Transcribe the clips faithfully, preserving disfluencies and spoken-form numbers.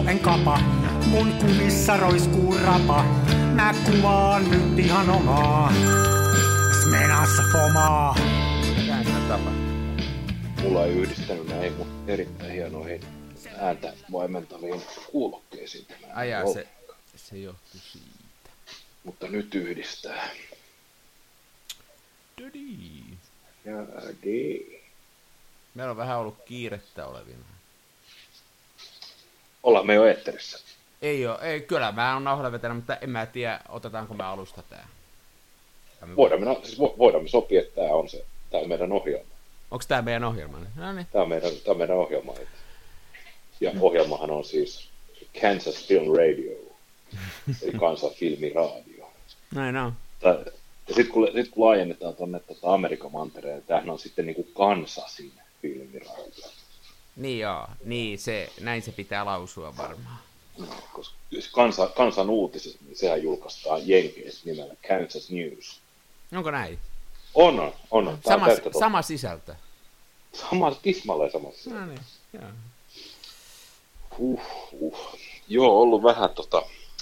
en kapa. Mun kumissa roiskuu rapa. Mä kuvaan nyt ihan omaa. Smenassa fomaa. Mitähän siinä tapahtuu? Mulla ei yhdistänyt näihin mun erittäin hienoihin ääntä vaimentaviin kuulokkeisiin. Ajaa, se, se johtuu siitä. Mutta nyt yhdistää. Dödi. Ja di. Meillä on vähän ollut kiirettä olevina. Ollaan me jo eetterissä. Ei oo, ei, kyllä mä oon nauhalle vetänyt, mutta en mä tiedä, otetaanko me alusta tää. Voidaan me, siis voidaan me sopia, että tää on se, tää on meidän ohjelma. Onks tää meidän ohjelma? No niin. Tää on meidän, tää on meidän ohjelma. Ja ohjelmahan on siis Kansas Film Radio, eli Kansan filmiradio. Näin on. Tää, ja sitten kun, sit kun laajennetaan tuonne tota Amerikan mantereen, tämähän on sitten niinku Kansasin filmiradio. Niin joo, niin se, näin se pitää lausua varmaan. No, koska kansa, kansan uutiset, niin sehän julkaistaan Jenkeissä nimellä Kansas News. Onko näin? On, on, on. Sama, sama sisältö. Sama, tismalleen sama sisältö. No niin, joo. Uh, uh. Joo, ollut vähän tota...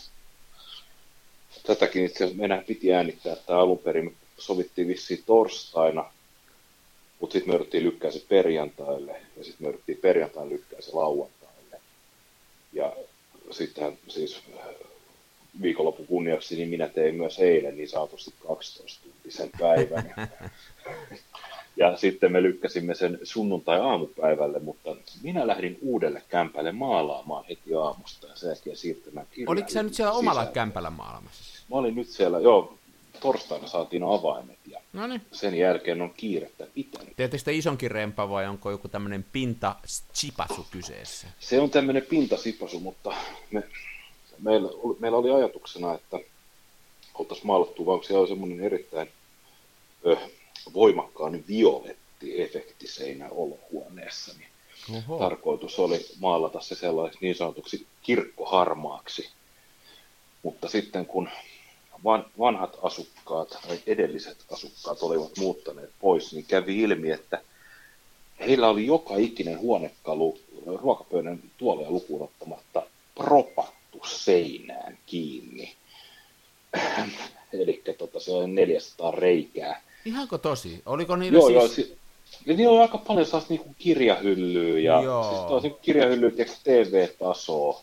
Tätäkin itse asiassa meidän piti äänittää, että alun perin me sovittiin vissiin torstaina, mutta sitten me jouduttiin lykkää se perjantaille, ja sitten me jouduttiin perjantaina lykkää se lauantaille. Ja sittenhän siis viikonlopun kunniaksi, niin minä tein myös eilen niin sanotusti kaksitoista-tuntisen päivän. Ja, ja sitten me lykkäsimme sen sunnuntai-aamupäivälle, mutta minä lähdin uudelle kämpälle maalaamaan heti aamusta ja sen jälkeen siirtymään kirjaan. Oliko sä nyt siellä omalla sisällä kämpällä maalaamassa? Mä olin nyt siellä, joo, torstaina saatiin avaimet ja Noniin. Sen jälkeen on kiirettä pitänyt. Teettekö sitä isonkin rempa vai onko joku tämmöinen pinta-chipasu kyseessä? Se on tämmöinen pinta-chipasu, mutta me, meillä, oli, meillä oli ajatuksena, että oltaisiin maalattu, vaan siellä oli semmoinen erittäin ö, voimakkaan violetti-efekti seinä olohuoneessa. Niin tarkoitus oli maalata se sellaiseksi niin sanotuksi kirkkoharmaaksi. Mutta sitten kun vanhat asukkaat tai edelliset asukkaat olivat muuttaneet pois, niin kävi ilmi, että heillä oli joka ikinen huonekalu ruokapöydän tuoleja lukuun ottamatta propattu seinään kiinni. Eli tota, se oli neljäsataa reikää. Ihanko tosi? Oliko niillä joo, siis... Joo, si- ja niillä oli aika paljon sellaista niinku kirjahyllyä ja joo. Siis T V-tasoa.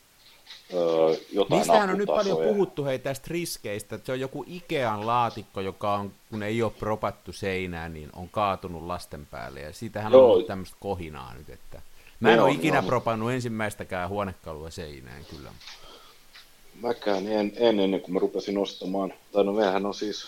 Öö, Niistähän on nyt paljon puhuttu hei tästä riskeistä, että se on joku Ikean laatikko, joka on, kun ei ole propattu seinään, niin on kaatunut lasten päälle, ja siitähän Joo. on ollut tämmöistä kohinaa nyt, että mä en Joo, ole ikinä no. propannut ensimmäistäkään huonekalua seinään, kyllä. Mäkään en, en ennen kuin mä rupesin ostamaan, tai no mehän on siis,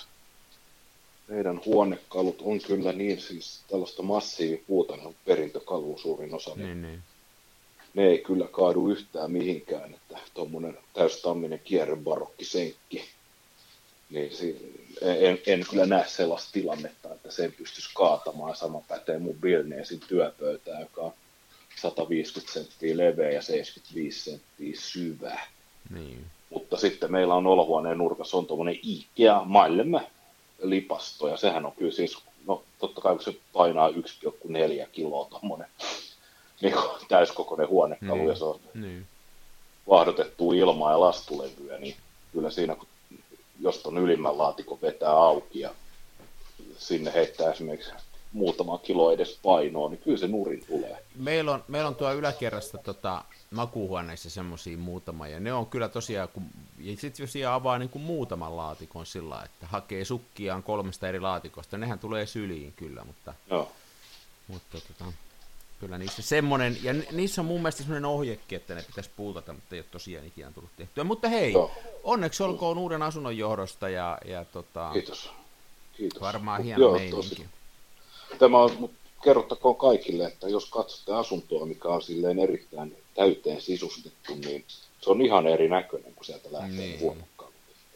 meidän huonekalut on kyllä niin siis tällaista massiivipuuta, ne on perintökalua suurin osa. Niin, niin. Ne ei kyllä kaadu yhtään mihinkään, että tuommoinen täystamminen kierrebarokkisenkki, niin en, en kyllä näe sellaista tilannetta, että sen pystyisi kaatamaan. Sama pätee mun Billneesin työpöytään, joka on sata viisikymmentä senttiä leveä ja seitsemänkymmentäviisi senttiä syvä. Niin. Mutta sitten meillä on olohuoneen nurkassa on tuommoinen Ikea Malmö lipasto, ja sehän on kyllä siis, no totta kai kun se painaa yksi pilkku neljä kiloa tuommoinen. Niin täyskokoinen huonekalu niin, ja se on niin. Vahdotettua ilmaa ja lastulevyä, niin kyllä siinä, kun jos ton ylimmän laatikon vetää auki ja sinne heittää esimerkiksi muutama kilo edes painoa, niin kyllä se nurin tulee. Meillä on, meillä on tuo yläkerrasta tota, makuuhuoneissa semmoisia muutama, ja ne on kyllä tosiaan, kun, ja sitten jos siellä avaa niin kuin muutaman laatikon sillä, että hakee sukkiaan kolmesta eri laatikosta, nehän tulee syliin kyllä, mutta, Joo. mutta tota, kyllä niissä semmoinen, ja niissä on mun mielestä semmoinen ohjekin, että ne pitäisi puutata, mutta ei ole tosiaan ikään tullut tehtyä. Mutta hei, Joo. onneksi olkoon uuden asunnon johdosta, ja, ja tota, Kiitos. Kiitos. Varmaan Mut hieno joo, meininki. Tämä on, mutta kerrottakoon kaikille, että jos katsotte asuntoa, mikä on silleen erittäin täyteen sisustettu, niin se on ihan eri näköinen, kun sieltä lähtee niin. huonekalut.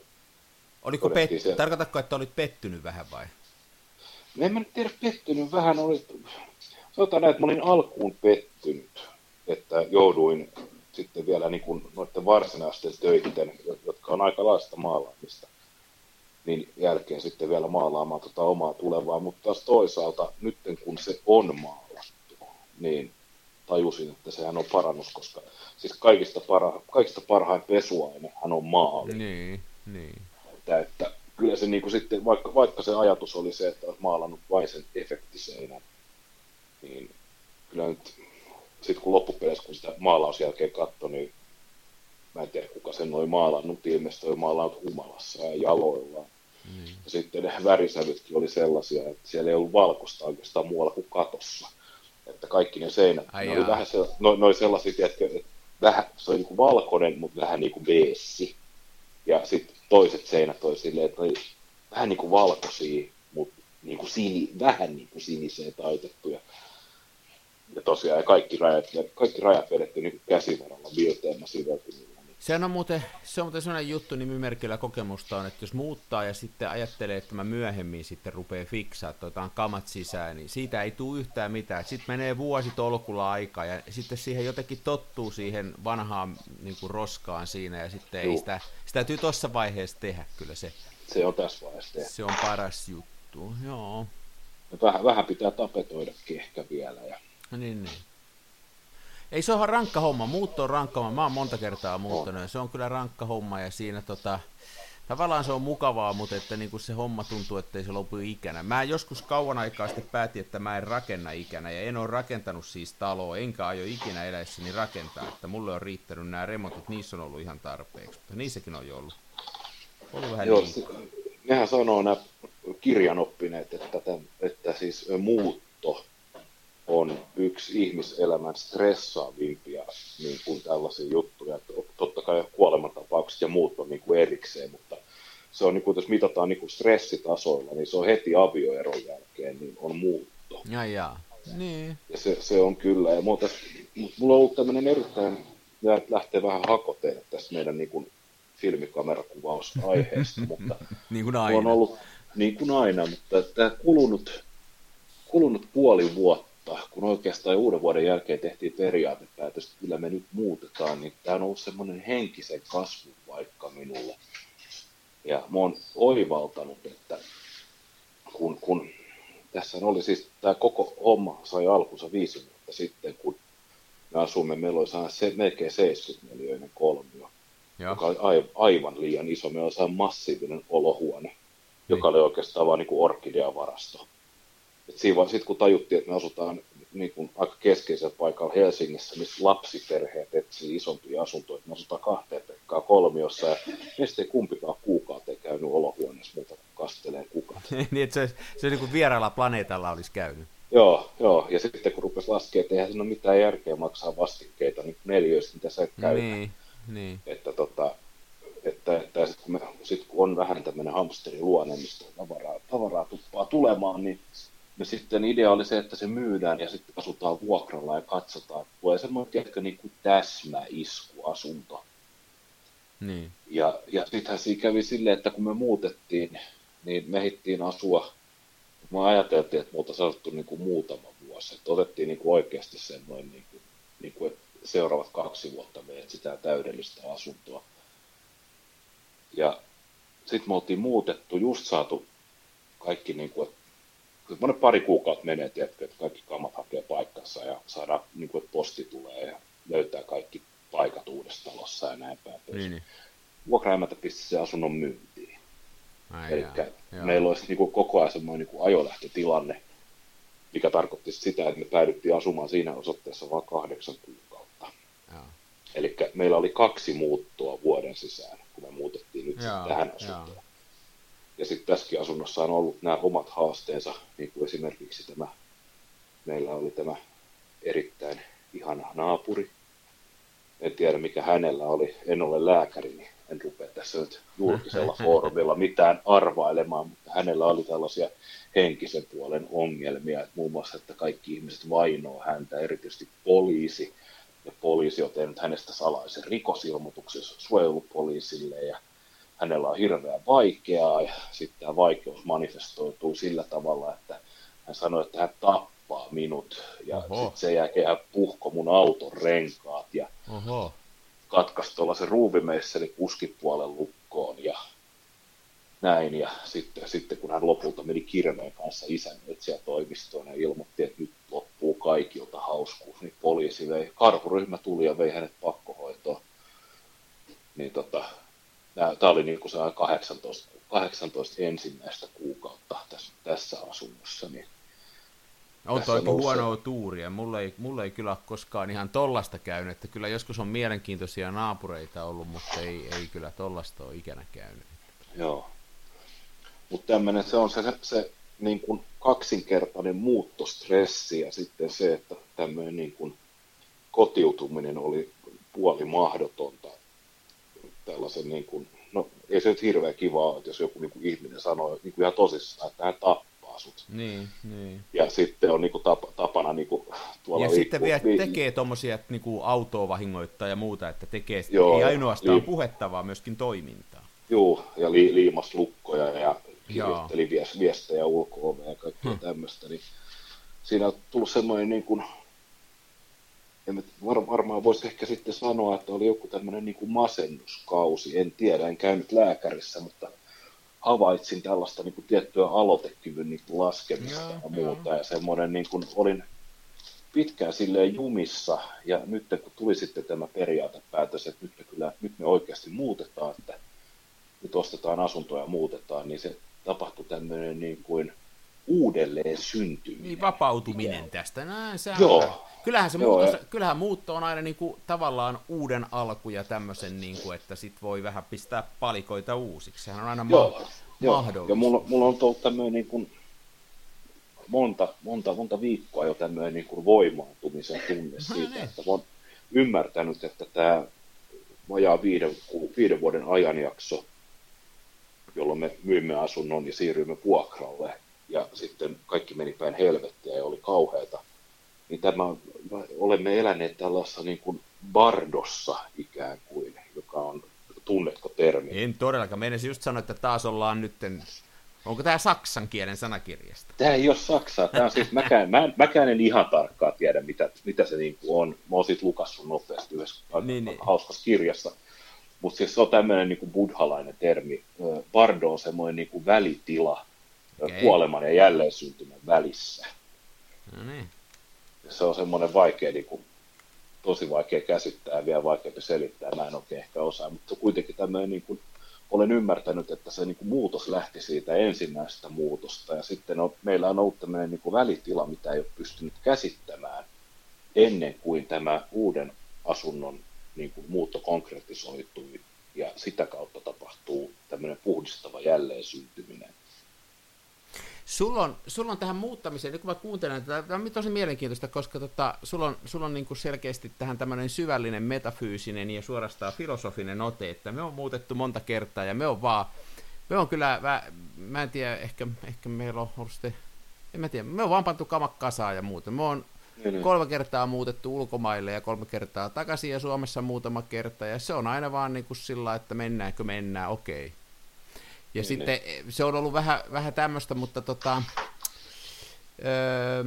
Oliko pet- siellä... Tarkoitatko, että olit pettynyt vähän vai? En mä nyt tiedä pettynyt vähän, oli... Sanotaan näin, että mä olin alkuun pettynyt, että jouduin sitten vielä niin kuin noiden varsinaisten töiden, jotka on aika laista maalaamista, niin jälkeen sitten vielä maalaamaan tota omaa tulevaa, mutta taas toisaalta nyt kun se on maalattu, niin tajusin, että sehän on parannus, koska siis kaikista, para, kaikista parhain pesuainehan on maali. Niin, niin. Että, että kyllä se niinku sitten, vaikka, vaikka se ajatus oli se, että olisi maalannut vain sen efektiseinän, niin kyllä nyt sitten kun loppupeleissä, kun sitä maalaus jälkeen katsoi, niin mä en tiedä kuka sen noin maalannut, ilmeisesti oli maalannut humalassa ja jaloillaan. Mm. Ja sitten ne värisävytkin oli sellaisia, että siellä ei ollut valkoista oikeastaan muualla kuin katossa. Että kaikki ne seinät, Ai ne oli vähän se, no, noi sellaisia, tiedätkö, että vähän, se oli niin kuin valkoinen, mutta vähän niin kuin beessi. Ja sitten toiset seinät oli silleen, että oli vähän niin kuin valkoisia, mutta niin kuin sini, vähän niin kuin siniseen taitettuja. Ja tosiaan ja kaikki rajat, kaikki rajat vedettiin niin käsivaralla Bilteemä siveltimillä. Se on muuten, se on muuten sellainen juttu nimimerkillä kokemusta on, että jos muuttaa ja sitten ajattelee, että mä myöhemmin sitten rupeaa fiksaa, että otetaan kamat sisään, niin siitä ei tule yhtään mitään. Sitten menee vuosi tolkulla aikaa ja sitten siihen jotenkin tottuu siihen vanhaan niin kuin roskaan siinä ja sitten ei sitä, sitä täytyy tuossa vaiheessa tehdä kyllä se. Se on tässä vaiheessa tehdä. Se on paras juttu, joo. Vähän, vähän pitää tapetoidakin ehkä vielä. Ja... Niin, niin. Ei se ole rankka homma, muutto on rankka homma, mä oon monta kertaa muuttanut ja se on kyllä rankka homma ja siinä tota, tavallaan se on mukavaa, mutta että niin se homma tuntuu, että ei se lopu ikänä. Mä joskus kauan aikaa sitten päätin, että mä en rakenna ikänä ja en ole rakentanut siis taloa, enkä aio ikinä eläessäni rakentaa, että mulle on riittänyt nämä remontit, niissä on ollut ihan tarpeeksi, mutta niissäkin on jo ollut, ollut vähän Joo, liikaa. Nehän sanoo nämä kirjanoppineet, että, tämän, että siis muutto on yksi ihmiselämän stressaavimpia niin kuin tällaisia juttuja. Totta kai kuolemantapaukset ja muut on niin kuin erikseen, mutta se on, niin kuin, jos mitataan niin kuin stressitasoilla, niin se on heti avioeron jälkeen, niin on muutto. Ja, ja. Niin. Ja se, se on kyllä. Ja muuta, mulla on ollut tämmöinen erittäin, lähtee vähän hakoteille tästä meidän niin kuin filmikamerakuvausaihheesta, mutta niin kuin aina. On ollut niin kuin aina, mutta tämä kulunut, kulunut puoli vuotta, kun oikeastaan uuden vuoden jälkeen tehtiin periaatepäätös, että kyllä me nyt muutetaan, niin tämä on ollut semmoinen henkisen kasvun paikka minulle. Ja mä oon oivaltanut, että kun, kun tässä oli siis, tämä koko homma sai alkunsa viisi vuotta sitten, kun me asumme, meillä oli se, melkein seitsemänkymmentäneljä kolmio, ja. joka oli aivan liian iso. Meillä oli massiivinen olohuone, niin. joka oli oikeastaan vain niin kuin orkideavarasto. Sitten kun tajuttiin, että me asutaan niin kuin aika keskeisellä paikalla Helsingissä, missä lapsiperheet etsii isompia asuntoja, me asutaan kahteen pekkaa kolmiossa, ja meistä ei kumpikaan kuukauteen käynyt olohuoneessa muuta kuin kastelee kukat. Niin, että se, se niin kuin vieraalla planeetalla olisi käynyt. Joo, joo, ja sitten kun rupesi laskemaan, että eihän siinä ole mitään järkeä maksaa vastikkeita niin neljöistä, mitä sä et käy. Niin, niin. Että, tota, että, että sitten kun, sit, kun on vähän tämmöinen hamsteriluonne, mistä tavaraa, tavaraa tuppaa tulemaan, niin me sitten idea oli se, että se myydään ja sitten asutaan vuokralla ja katsotaan, että tulee semmoinen tiedätkö, niin kuin täsmäiskuasunto. Niin. Ja, ja sittenhän siinä kävi silleen, että kun me muutettiin, niin me ehdittiin asua. Me ajateltiin, että me oltaisiin asuttu niin kuin muutama vuosi. Että otettiin niin kuin oikeasti semmoinen, niin kuin, niin kuin, että seuraavat kaksi vuotta me etsitään täydellistä asuntoa. Ja sitten me oltiin muutettu, just saatu kaikki, niin kuin, että pari kuukautta menee, tiedätkö, että kaikki kamat hakee paikkansa ja saadaan, niin kuin, että posti tulee ja löytää kaikki paikat uudessa talossa ja näin päin. Niin, niin. Vuokraemäntä pisti se asunnon myyntiin. Eli meillä olisi niin kuin koko ajan semmoinen niin kuin ajolähtötilanne, mikä tarkoitti sitä, että me päädyttiin asumaan siinä osoitteessa vain kahdeksan kuukautta. Eli meillä oli kaksi muuttoa vuoden sisään, kun me muutettiin nyt Jaa, tähän asuntoon. Jaa. Ja sitten tässäkin asunnossa on ollut nämä omat haasteensa, niin kuin esimerkiksi tämä, meillä oli tämä erittäin ihana naapuri. En tiedä mikä hänellä oli, en ole lääkäri, niin en rupea tässä nyt julkisella foorumilla mitään arvailemaan, mutta hänellä oli tällaisia henkisen puolen ongelmia, että muun muassa, että kaikki ihmiset vainoo häntä, erityisesti poliisi, ja poliisi on tehnyt hänestä salaisen rikosilmoituksen suojelupoliisille, ja hänellä on hirveän vaikeaa, ja sitten tämä vaikeus manifestoituu sillä tavalla, että hän sanoi, että hän tappaa minut, ja sitten sen jälkeen hän puhkoi mun auton renkaat, ja Oho. katkaisi tuollaisen ruuvimeisseli kuskipuolen lukkoon, ja näin, ja sitten, sitten kun hän lopulta meni kirveen kanssa isän etsijätoimistoon ja ilmoitti, että nyt loppuu kaikilta hauskuus, niin poliisi vei, karhuryhmä tuli ja vei hänet pakkohoitoon. Niin tota, tämä oli niin kuin se kahdeksantoista, kahdeksantoista ensimmäistä kuukautta tässä, tässä asunnossa. Niin on toikin huonoa tuuria. Mulle ei, mulle ei kyllä koskaan ihan tollasta käynyt, että kyllä joskus on mielenkiintoisia naapureita ollut, mutta ei, ei kyllä tollasta ole ikänä käynyt. Joo. Mutta tämmöinen se on se, se, se niin kuin kaksinkertainen muuttostressi ja sitten se, että tämmöinen niin kuin kotiutuminen oli puoli mahdotonta. Tällaisen niin kuin, no ei se nyt hirveän kivaa, että jos joku niin kuin ihminen sanoo niin kuin ihan tosissaan, että hän tappaa sut. Niin, niin. Ja sitten on niin kuin tap, tapana niin kuin tuolla ja liikkuu, sitten vielä li- tekee tommosia, että niin kuin autoa vahingoittaa ja muuta, että tekee Joo, ei ainoastaan li- puhetta, vaan myöskin toimintaa. Joo, ja li, liimas lukkoja ja kirjoitteli viest, viestejä ulko-oveen ja kaikkea hmm. tämmöistä. Niin siinä on tullut semmoinen, niin kuin, en var, varmaan voisi ehkä sitten sanoa, että oli joku tämmöinen niin kuin masennuskausi. En tiedä, en käynyt lääkärissä, mutta havaitsin tällaista niin kuin tiettyä aloitekyvyn niin kuin laskemista ja, ja muuta. Ja semmoinen, niin kuin, olin pitkään silleen jumissa, ja nyt kun tuli sitten tämä periaatepäätös, että nyt me, kyllä, nyt me oikeasti muutetaan, että nyt ostetaan asuntoja ja muutetaan, niin se tapahtui tämmöinen niin kuin uudelleen syntyminen. Niin, vapautuminen ja tästä. Näin, se Joo. Kyllähän, se Joo, muutos, ja... kyllähän muutto on aina niin kuin, tavallaan uuden alku ja tämmöisen, niin kuin, että sit voi vähän pistää palikoita uusiksi. Sehän on aina Joo, ma- jo. mahdollista. Ja mulla, mulla on tullut tämmöinen niin kuin monta, monta, monta viikkoa jo tämmöinen niin kuin voimaantumisen tunne siitä, että mä oon ymmärtänyt, että tämä vajaa viiden, viiden vuoden ajanjakso, jolloin me myimme asunnon ja siirryimme vuokralle, ja sitten kaikki meni päin helvettiä ja oli kauheata, niin tämä, olemme eläneet tällaisessa niin kuin bardossa ikään kuin, joka on, tunnetko termi? En todellakaan. Meinasin just sanoa, että taas ollaan nytten, onko tämä saksan kielen sanakirjasta? Tämä ei ole saksaa. Tämä on siis, mäkään, mä, mäkään en ihan tarkkaan tiedä, mitä, mitä se niin kuin on. Mä oon siitä lukassut nopeasti yhdessä niin, niin. hauskassa kirjassa. Mutta siis se on tämmöinen niin kuin buddhalainen termi. Bardo on semmoinen niin kuin välitila okay. kuoleman ja jälleen syntymän välissä. No niin. Se on semmoinen vaikea, niin kuin, tosi vaikea käsittää ja vielä vaikeampi selittää. Mä en oikein ehkä osaa, mutta kuitenkin tämmöinen, niin kuin, olen ymmärtänyt, että se niin kuin, muutos lähti siitä ensimmäisestä muutosta. Ja sitten on, meillä on ollut tämmöinen niin kuin välitila, mitä ei ole pystynyt käsittämään ennen kuin tämä uuden asunnon niin kuin muutto konkretisoitui ja sitä kautta tapahtuu tämmöinen puhdistava jälleen syntyminen. Sulla on, sulla on tähän muuttamiseen, nyt kun mä kuuntelen, että tämä on tosi mielenkiintoista, koska tota, sulla on, sulla on niin kuin selkeästi tähän tämmöinen syvällinen, metafyysinen ja suorastaan filosofinen ote, että me on muutettu monta kertaa ja me on vaan, me on kyllä, mä, mä en tiedä, ehkä, ehkä meillä on ollut sitten, en mä tiedä, me on vaan pantu kamat kasaan ja muuta. Me on mm-hmm. kolme kertaa muutettu ulkomaille ja kolme kertaa takaisin ja Suomessa muutama kerta ja se on aina vaan niin kuin sillä, että mennäänkö mennään, okei. Ja niin, sitten niin. Se on ollut vähän, vähän tämmöistä, mutta tota, öö,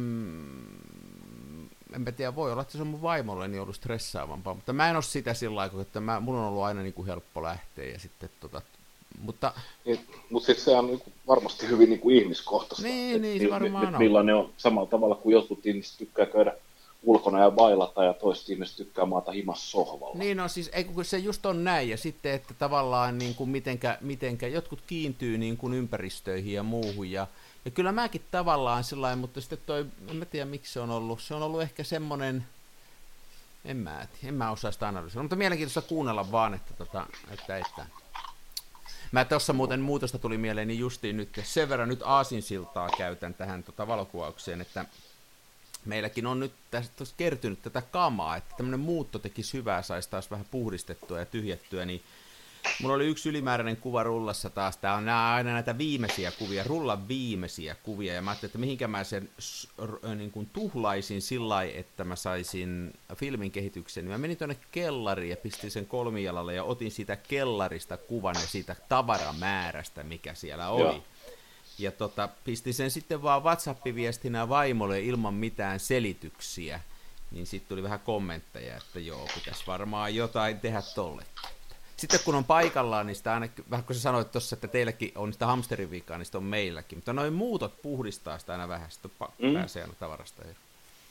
enpä tiedä, voi olla, että se on mun vaimolleni ollut stressaavampaa, mutta mä en ole sitä sillä lailla, että mä, mun on ollut aina niin kuin helppo lähteä ja sitten tota, mutta... Niin, mutta sitten se on niin kuin varmasti hyvin niin kuin ihmiskohtaista. Niin, niin se varmaan on. Millainen on samalla tavalla kuin jotkut ihmiset tykkää käydä ulkona ja bailata ja toiset ihmiset tykkää maata himassa sohvalla. Niin no siis, ei, kun se just on näin ja sitten, että tavallaan niin kuin mitenkä, mitenkä jotkut kiintyy niin kuin ympäristöihin ja muuhun ja, ja kyllä mäkin tavallaan sellainen, mutta sitten toi, en mä tiedä miksi se on ollut, se on ollut ehkä semmoinen, en mä tiedä, en mä osaa sitä analysoida, mutta mielenkiintoista kuunnella vaan, että tota, että, että. Mä tuossa muuten muutosta tuli mieleen, niin justiin nyt sen verran nyt aasinsiltaa käytän tähän tota valokuvaukseen, että meilläkin on nyt tästä kertynyt tätä kamaa, että tämmöinen muutto tekisi hyvää, saisi taas vähän puhdistettua ja tyhjettyä, niin mulla oli yksi ylimääräinen kuva rullassa taas, tää on aina näitä viimeisiä kuvia, rullan viimeisiä kuvia, ja mä ajattelin, että mihinkä mä sen niin kuin tuhlaisin sillä lailla, että mä saisin filmin kehityksen, niin mä menin tuonne kellariin ja pistin sen kolmijalalle ja otin siitä kellarista kuvan ja siitä tavaramäärästä, mikä siellä oli. Joo. Ja tota, pistin sen sitten vaan WhatsApp-viestinä vaimolle ilman mitään selityksiä, niin sitten tuli vähän kommentteja, että joo, pitäisi varmaan jotain tehdä tolle. Sitten kun on paikallaan, niin sitä aina, vähän kun sä sanoit tuossa, että teilläkin on sitä hamsterin vikaa, niin sitä on meilläkin. Mutta noin muutot puhdistaa sitä aina vähän, sitten pa- mm. pääsee aina tavarasta eri.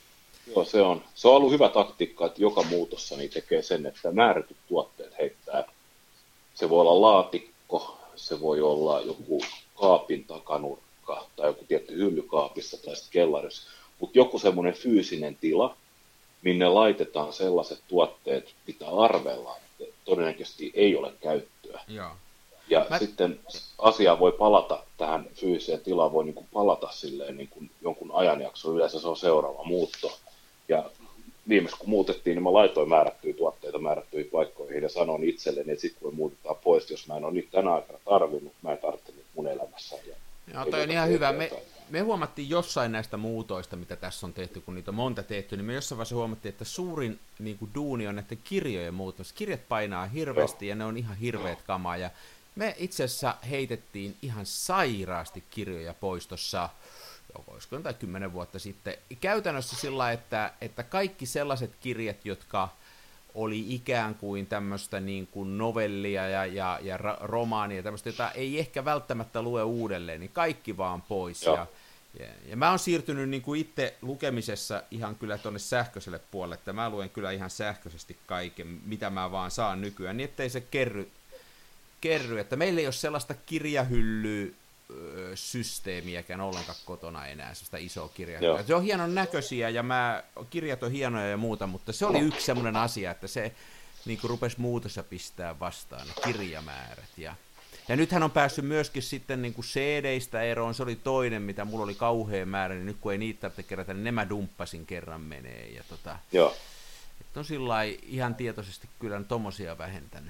Joo, se on. Se on ollut hyvä taktiikka, että joka muutossa niin tekee sen, että määrätyt tuotteet heittää. Se voi olla laatikko, se voi olla joku kaapin takanurkka tai joku tietty hyllykaapissa tai sitten kellarissa. Mutta joku semmoinen fyysinen tila, minne laitetaan sellaiset tuotteet, mitä arvellaan, että todennäköisesti ei ole käyttöä. Joo. Ja Mä... sitten asia voi palata tähän fyysiseen tilaan, voi niin kuin palata silleen niin kuin jonkun ajanjakson, yleensä se on seuraava muutto. Ja viimeis kun muutettiin, niin mä laitoin määrättyjä tuotteita määrättyihin paikkoihin ja sanoin itselleni, että sitten kun me muutetaan pois, jos mä en ole niitä tänä aikana tarvinnut, mä en tarvitse niitä mun elämässä. Ja joo, toi on ihan hyvä. Me, me huomattiin jossain näistä muutoista, mitä tässä on tehty, kun niitä on monta tehty, niin me jossain vaiheessa huomattiin, että suurin niin kuin duuni on näiden kirjojen muutos. Kirjat painaa hirveästi joo. Ja ne on ihan hirveät kamaa. Ja me itse asiassa heitettiin ihan sairaasti kirjoja pois tuossa, olisiko tai kymmenen vuotta sitten. Käytännössä sillä, että, että kaikki sellaiset kirjat, jotka oli ikään kuin tämmöistä niin kuin novellia ja, ja, ja romaania, tämmöistä, jota ei ehkä välttämättä lue uudelleen, niin kaikki vaan pois. Ja, ja, ja mä oon siirtynyt niin kuin itse lukemisessa ihan kyllä tuonne sähköiselle puolelle, että mä luen kyllä ihan sähköisesti kaiken, mitä mä vaan saan nykyään, niin ettei se kerry, kerry. Että meillä ei ole sellaista kirjahyllyä, systeemiäkään ollenkaan kotona enää, sellaista isoa kirjaa. Se on hienon näköisiä ja mä, kirjat on hienoja ja muuta, mutta se oli yksi semmoinen asia, että se niin kuin rupesi muutossa pistää vastaan, ne kirjamäärät. Ja, ja nythän on päässyt myöskin sitten niin kuin C D:istä eroon, se oli toinen, mitä mulla oli kauhea määrä, niin nyt kun ei niitä tarvitse kerätä, niin ne mä dumppasin kerran menee. Ja tota, joo. Että on sillai ihan tietoisesti kyllä tommosia vähentänyt.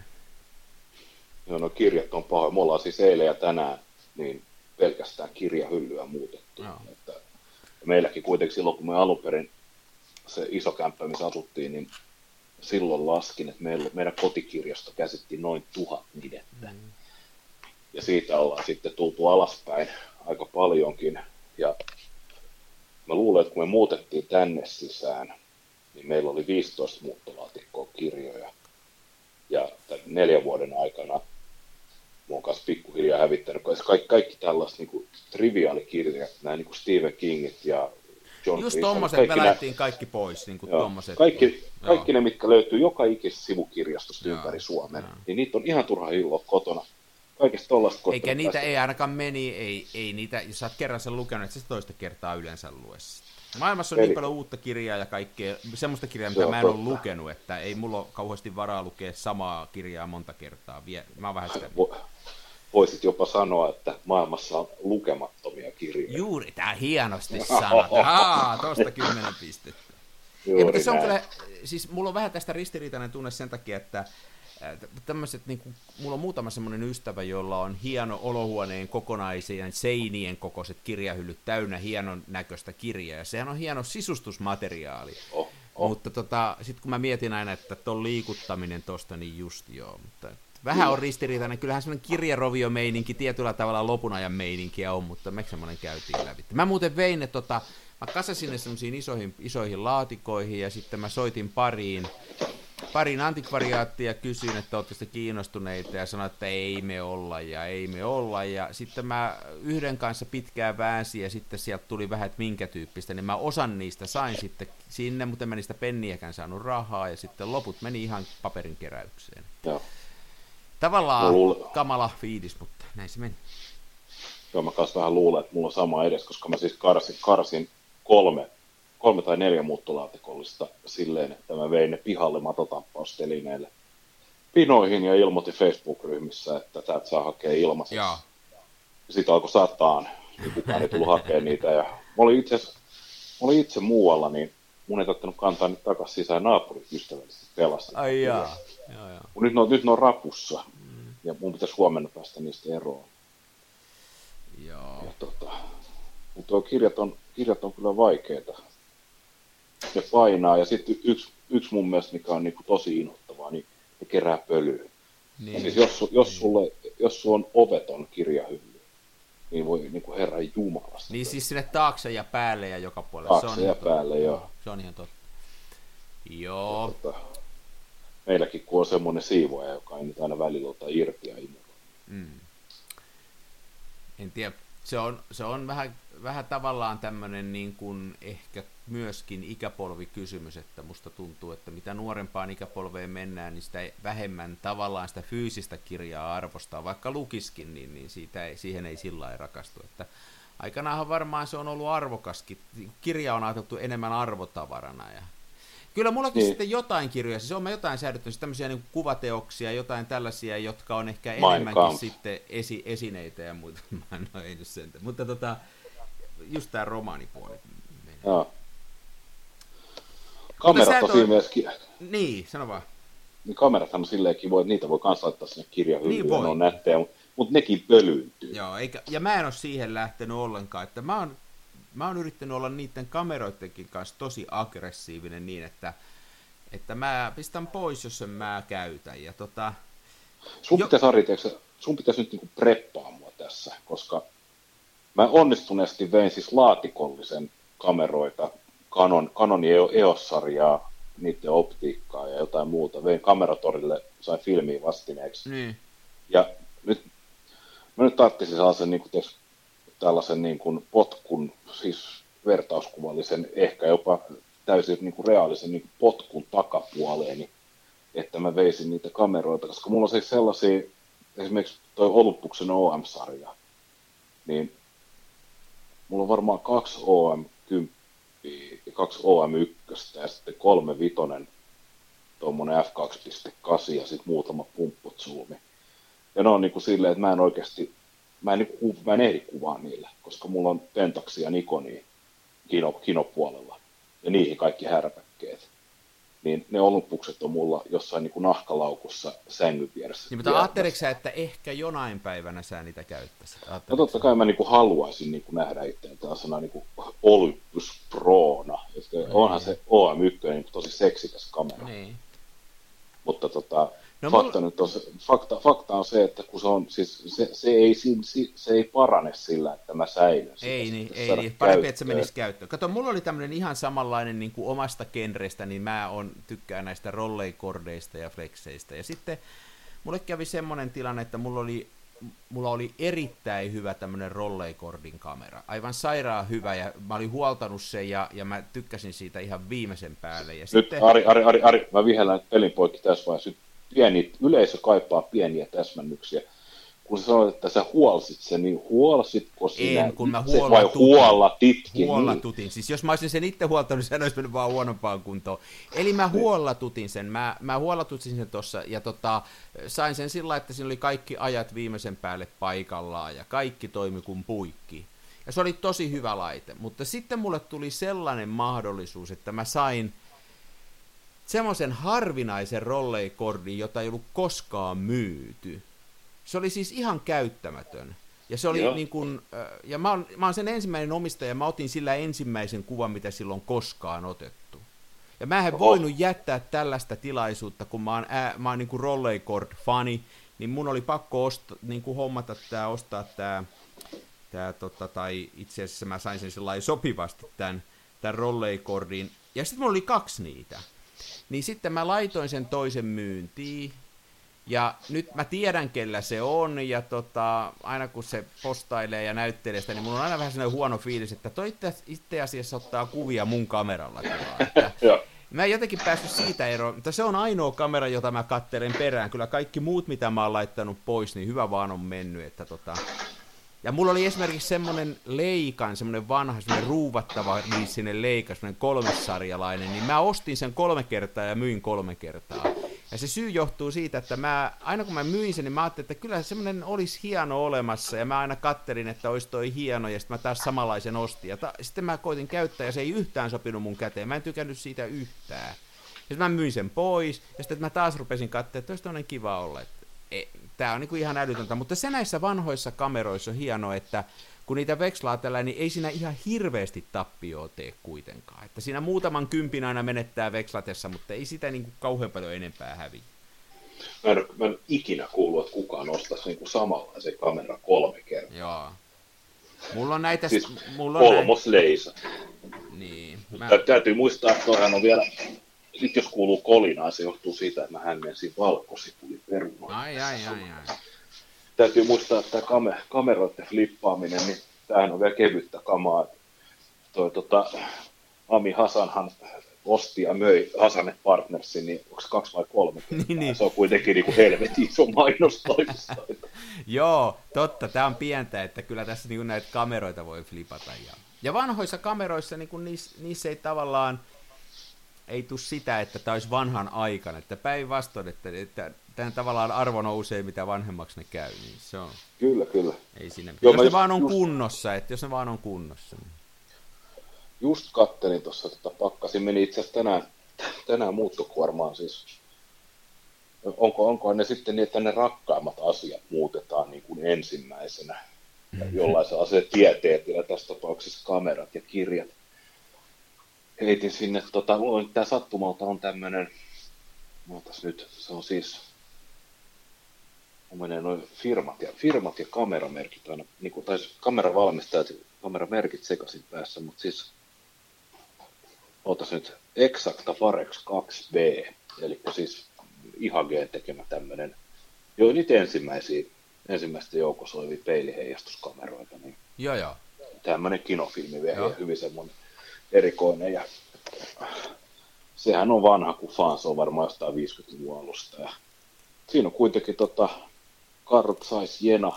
Joo, no kirjat on pahoja. Me ollaan siis eilen ja tänään niin pelkästään kirjahyllyä muutettu. No. Että meilläkin kuitenkin silloin, kun me alun perin se iso kämppä, missä asuttiin, niin silloin laskin, että meillä, meidän kotikirjasto käsitti noin tuhat nidettä. Mm. Ja siitä ollaan sitten tultu alaspäin aika paljonkin. Ja mä luulen, että kun me muutettiin tänne sisään, niin meillä oli viisitoista muuttolaatikkoa kirjoja. Ja neljän vuoden aikana mä oon kanssa pikkuhiljaa hävittänyt. Kaikki, kaikki tällaiset niin triviaalikirjat, nämä niin Stephen Kingit ja John just tommoset me lähdettiin kaikki pois. Niin joo, tommoset, kaikki, kaikki ne, mitkä löytyy joka ikisessä sivukirjastosta joo, ympäri Suomen, joo. Niin niitä on ihan turha hilloa kotona. Kaikesta tollaista kotona. Eikä niitä päästä. Ei ainakaan meni, ei, ei niitä, jos sä oot kerran sen lukenut, että se toista kertaa yleensä lue. Maailmassa on Eli, niin paljon uutta kirjaa ja kaikkea, semmoista kirjaa, mitä mä en ole lukenut, että ei mulla ole kauheasti varaa lukea samaa kirjaa monta kertaa. Mä oon vähän sitä. Voisit jopa sanoa, että maailmassa on lukemattomia kirjoja. Juuri, tää hienosti sanot. Aa, tosta kymmenen pistettä. Ei, mutta se on kyllä, siis mulla on vähän tästä ristiriitainen tunne sen takia, että tämmöiset, niin kuin, mulla on muutama semmoinen ystävä, jolla on hieno olohuoneen kokonaisia seinien kokoiset kirjahyllyt täynnä hienon näköistä kirjaa, ja sehän on hieno sisustusmateriaali. Oh, oh. Mutta tota, sitten kun mä mietin aina, että ton liikuttaminen tosta, niin just joo, mutta vähän on ristiriitainen. Kyllähän semmoinen kirjarovio-meininki tietyllä tavalla lopun ajan meininkiä on, mutta meikö semmoinen käytiin läpi. Mä muuten vein ne, tota, mä kasasin ne semmoisiin isoihin, isoihin laatikoihin, ja sitten mä soitin pariin, Parin antikvariaattia ja kysyin, että ootte sitten kiinnostuneita ja sanoin, että ei me olla ja ei me olla. Ja sitten mä yhden kanssa pitkään väänsin ja sitten sieltä tuli vähän, että minkä tyyppistä. Niin mä osan niistä sain sitten sinne, mutta en mä niistä penniäkään saanut rahaa ja sitten loput meni ihan paperin keräykseen. Joo. Tavallaan luulen, kamala fiilis, mutta näin se meni. Joo, mä kanssa vähän luulen, että mulla on sama edes, koska mä siis karsin, karsin kolme. kolme tai neljä muuttolaatikollista silleen, että mä vein ne pihalle matotappaustelineille pinoihin ja ilmoitin Facebook-ryhmissä, että täältä saa hakea ilmaisesti. Ja sitten alkoi sataan, niin kukaan ei tullut hakemaan niitä. Ja mä olin itse, mä olin itse muualla, niin mun ei tarvinnut kantaa nyt takaisin sisään naapurit ystävällisesti pelastaa. Ai jaa. Jaa, jaa. Nyt ne on, nyt ne on rapussa mm. ja mun pitäisi huomenna päästä niistä eroon. Joo. Ja tota, mutta kirjat on, kirjat on kyllä vaikeita. Ne painaa, ja sitten yksi, yksi mun mielestä, mikä on niinku tosi inhottavaa, niin ne kerää pölyä. Niin. Siis jos, jos, sulle, jos sulla on oveton kirjahylly, niin voi niinku Herran Jumalasta. Niin siis sinne taakse ja päälle ja joka puolella. Taakse ja päälle, joo. Se on ihan totta. Joo. Tota, meilläkin kun on semmoinen siivoaja, joka ei nyt aina välillä ota irti ja imuroi. Mm. En tiedä. Se on, se on vähän, vähän tavallaan tämmöinen niin kuin ehkä myöskin ikäpolvikysymys, että musta tuntuu, että mitä nuorempaan ikäpolveen mennään, niin sitä vähemmän tavallaan sitä fyysistä kirjaa arvostaa, vaikka lukiskin, niin, niin siitä ei, siihen ei sillä lailla rakastu. Että aikanaanhan varmaan se on ollut arvokaskin, kirja on ajateltu enemmän arvotavarana. Ja kyllä mullakin niin. Sitten jotain kirjoja, siis on mä jotain säädetty, siis tämmöisiä niin kuvateoksia, jotain tällaisia, jotka on ehkä enemmänkin sitten esi, esineitä ja muita, no ei nyt sen, mutta tota, just tää romaanipuoli. Joo. Kamerat on siinä myöskin. Niin, sano vaan. Niin kamerathan on silleen kivoja, että niitä voi kans laittaa sinne kirjahyllyyn, niin ne on nättejä, mutta nekin pölyyntyy. Joo, eikä, ja mä en ole siihen lähtenyt ollenkaan, että mä oon, mä oon yrittänyt olla niiden kameroidenkin kanssa tosi aggressiivinen niin, että, että mä pistän pois, jos en mä käytä. Ja tota, sun, jo... pitäisi, Ari, tiiäksä, sun pitäisi nyt niinku preppaa mua tässä, koska mä onnistuneesti vein siis laatikollisen kameroita, Canon, Canonin E O S-sarjaa, niiden optiikkaa ja jotain muuta. Vein kameratorille, sain filmiä vastineeksi. Niin. Ja nyt, mä nyt tarvitsin sellaisen niin kuin, teos, tällaisen niin kuin potkun, siis vertauskuvallisen, ehkä jopa täysin niin kuin reaalisen niin kuin potkun takapuoleeni, että mä veisin niitä kameroita, koska mulla on siis sellaisia, esimerkiksi toi Olympuksen O M-sarja, niin mulla on varmaan kaksi O M kymmenen ja kaksi O M yksi ja sitten kolme vitonen tuommoinen F kaksi piste kahdeksan ja sitten muutama pumppuzoomi. Ja ne on niin kuin silleen, että mä en oikeasti, mä en, niin kuin, mä en ehdi kuvaa niillä, koska mulla on Pentaxia ja Nikonia kino, kinopuolella ja niihin kaikki härpäkkeet. Niin ne Olympukset on mulla jossain niin kuin nahkalaukussa sängyn vieressä. Niin, mutta ajatteliko sä, että ehkä jonain päivänä sä niitä käyttäisit? No totta kai mä niin kuin haluaisin niin kuin nähdä itseäni tällaisena niin kuin Olympus Prona. Niin. Onhan se O M yksi niin kuin tosi seksikäs kamera. Niin. Mutta tota, no, fakta, mulla... nyt on se, fakta, fakta on se, että kun se, on, siis se, se, ei, se, se ei parane sillä, että mä säilyn sitä. Ei niin, ei niin. Parempi, että se menisi käyttöön. Kato, mulla oli tämmöinen ihan samanlainen niin kuin omasta genrestä, niin mä on, tykkään näistä rolleikordeista ja flexeistä. Ja sitten mulle kävi semmoinen tilanne, että mulla oli, mulla oli erittäin hyvä tämmöinen rolleikordin kamera. Aivan sairaan hyvä, ja mä olin huoltanut sen, ja, ja mä tykkäsin siitä ihan viimeisen päälle. Ja nyt sitten... Ari, Ari, Ari, Ari, mä vihellän pelin poikki tässä vaiheessa. Pieni, yleisö kaipaa pieniä täsmennyksiä. Kun sä sanoit, että sä huolsit sen, niin huolsitko sinä en, kun mä itse vai huollatitkin? Huollatutin. Niin. Siis jos mä olisin sen itse huoltanut, niin se olisi mennyt vaan huonompaan kuntoon. Eli mä huollatutin sen. Mä, mä huollatutin sen tuossa ja tota, sain sen sillä, että siinä oli kaikki ajat viimeisen päälle paikallaan ja kaikki toimi kuin puikki. Ja se oli tosi hyvä laite. Mutta sitten mulle tuli sellainen mahdollisuus, että mä sain semmoisen harvinaisen rolleikordin, jota ei ollut koskaan myyty. Se oli siis ihan käyttämätön. Ja se oli Joo. niin kuin, ja mä oon, mä oon sen ensimmäinen omistaja, ja mä otin sillä ensimmäisen kuvan, mitä silloin koskaan otettu. Ja mä en Oho. voinut jättää tällaista tilaisuutta, kun mä oon, ää, mä oon niin kuin rolleikord-fani, niin mun oli pakko osta, niin kuin hommata tää, ostaa tää, tää tota, tai itse asiassa mä sain sen sellainen sopivasti tämän, tämän rolleikordin. Ja sitten mulla oli kaksi niitä. Niin sitten mä laitoin sen toisen myyntiin, ja nyt mä tiedän, kellä se on, ja tota, aina kun se postailee ja näyttelee sitä, niin mulla on aina vähän sellainen huono fiilis, että toi itse asiassa ottaa kuvia mun kameralla. Mä en jotenkin päässyt siitä eroon, mutta se on ainoa kamera, jota mä kattelen perään. Kyllä kaikki muut, mitä mä oon laittanut pois, niin hyvä vaan on mennyt. Että tota... Ja mulla oli esimerkiksi semmoinen Leikan, semmoinen vanha, semmoinen ruuvattava niissinen Leika, semmoinen kolmesarjalainen, niin mä ostin sen kolme kertaa ja myin kolme kertaa. Ja se syy johtuu siitä, että mä, aina kun mä myin sen, niin mä ajattelin, että kyllä semmoinen olisi hieno olemassa, ja mä aina kattelin, että olisi toi hieno, ja sitten mä taas samanlaisen ostin. Ja ta- sitten mä koitin käyttää, ja se ei yhtään sopinut mun käteen, mä en tykännyt siitä yhtään. Ja sitten mä myin sen pois, ja sitten mä taas rupesin katsoa, että olisi toinen kiva olla. Tää on niinku ihan älytöntä, mutta se näissä vanhoissa kameroissa on hienoa, että kun niitä vekslaa tällä, niin ei siinä ihan hirveästi tappioa tee kuitenkaan. Että siinä muutaman kympin aina menettää vekslatessa, mutta ei sitä niinku kauhean paljon enempää häviä. Mä en, mä en ikinä kuullut, että kukaan ostaisi niinku samanlaisen kameran kolme kertaa. Joo. Mulla on näitä... Siis mulla on kolmos näin... leisa. Niin. Mä... Täytyy muistaa, että toihan on vielä... Sitten jos kuuluu kolinaa, se johtuu siitä, että mä hämmensin valkosipuliperunoita. Ai, ai, ai, ai. Täytyy muistaa, että tämä kamer- kameroiden flippaaminen, niin tämähän on vielä kevyttä kamaa. Toi, tota, Ami Hasanhan osti ja möi Hasanet Partnersin, niin onko se kaksi vai kolme? niin, niin. Se on kuitenkin niin kuin helvetin iso mainostoimisto. Joo, totta. Tämä on pientä, että kyllä tässä niin kuin näitä kameroita voi flipata. Ja, ja vanhoissa kameroissa niin kuin niissä, niissä ei tavallaan ei tule sitä, että tämä olisi vanhan aikana. Että päinvastoin, että, että tämän tavallaan arvo nousee, mitä vanhemmaksi ne käy. Niin se on. Kyllä, kyllä. Ei siinä. Joo, jos ne just, vaan on just, kunnossa, että jos ne vaan on kunnossa. Niin. Just kattelin tuossa, tota, pakkasin, meni itse asiassa tänään, tänään muuttokuormaan siis. Onko, onko ne sitten niin, että ne rakkaimmat asiat muutetaan niin kuin ensimmäisenä? Jollain asiat tieteet, ja tässä tapauksessa kamerat ja kirjat. Heitin sinne, tota, tämä sattumalta on tämmöinen, ootas nyt, se on siis, menee noin firmat ja, firmat ja kameramerkit aina, niin kuin, tai kameravalmistajat ja kameramerkit sekaisin päässä, mutta siis, ootas nyt, Exacta Farex kaksi B, eli siis I H G tekemä tämmöinen, joo niitä ensimmäisiä, ensimmäistä joukossa olevia peiliheijastuskameroita, niin joo, joo. Tämmöinen kinofilmi vielä, hyvin semmoinen erikoinen, ja sehän on vanha kuin fan, se on varmaan jostain viisikymmentäluvun alusta, ja siinä on kuitenkin tota Carl Zeiss Jena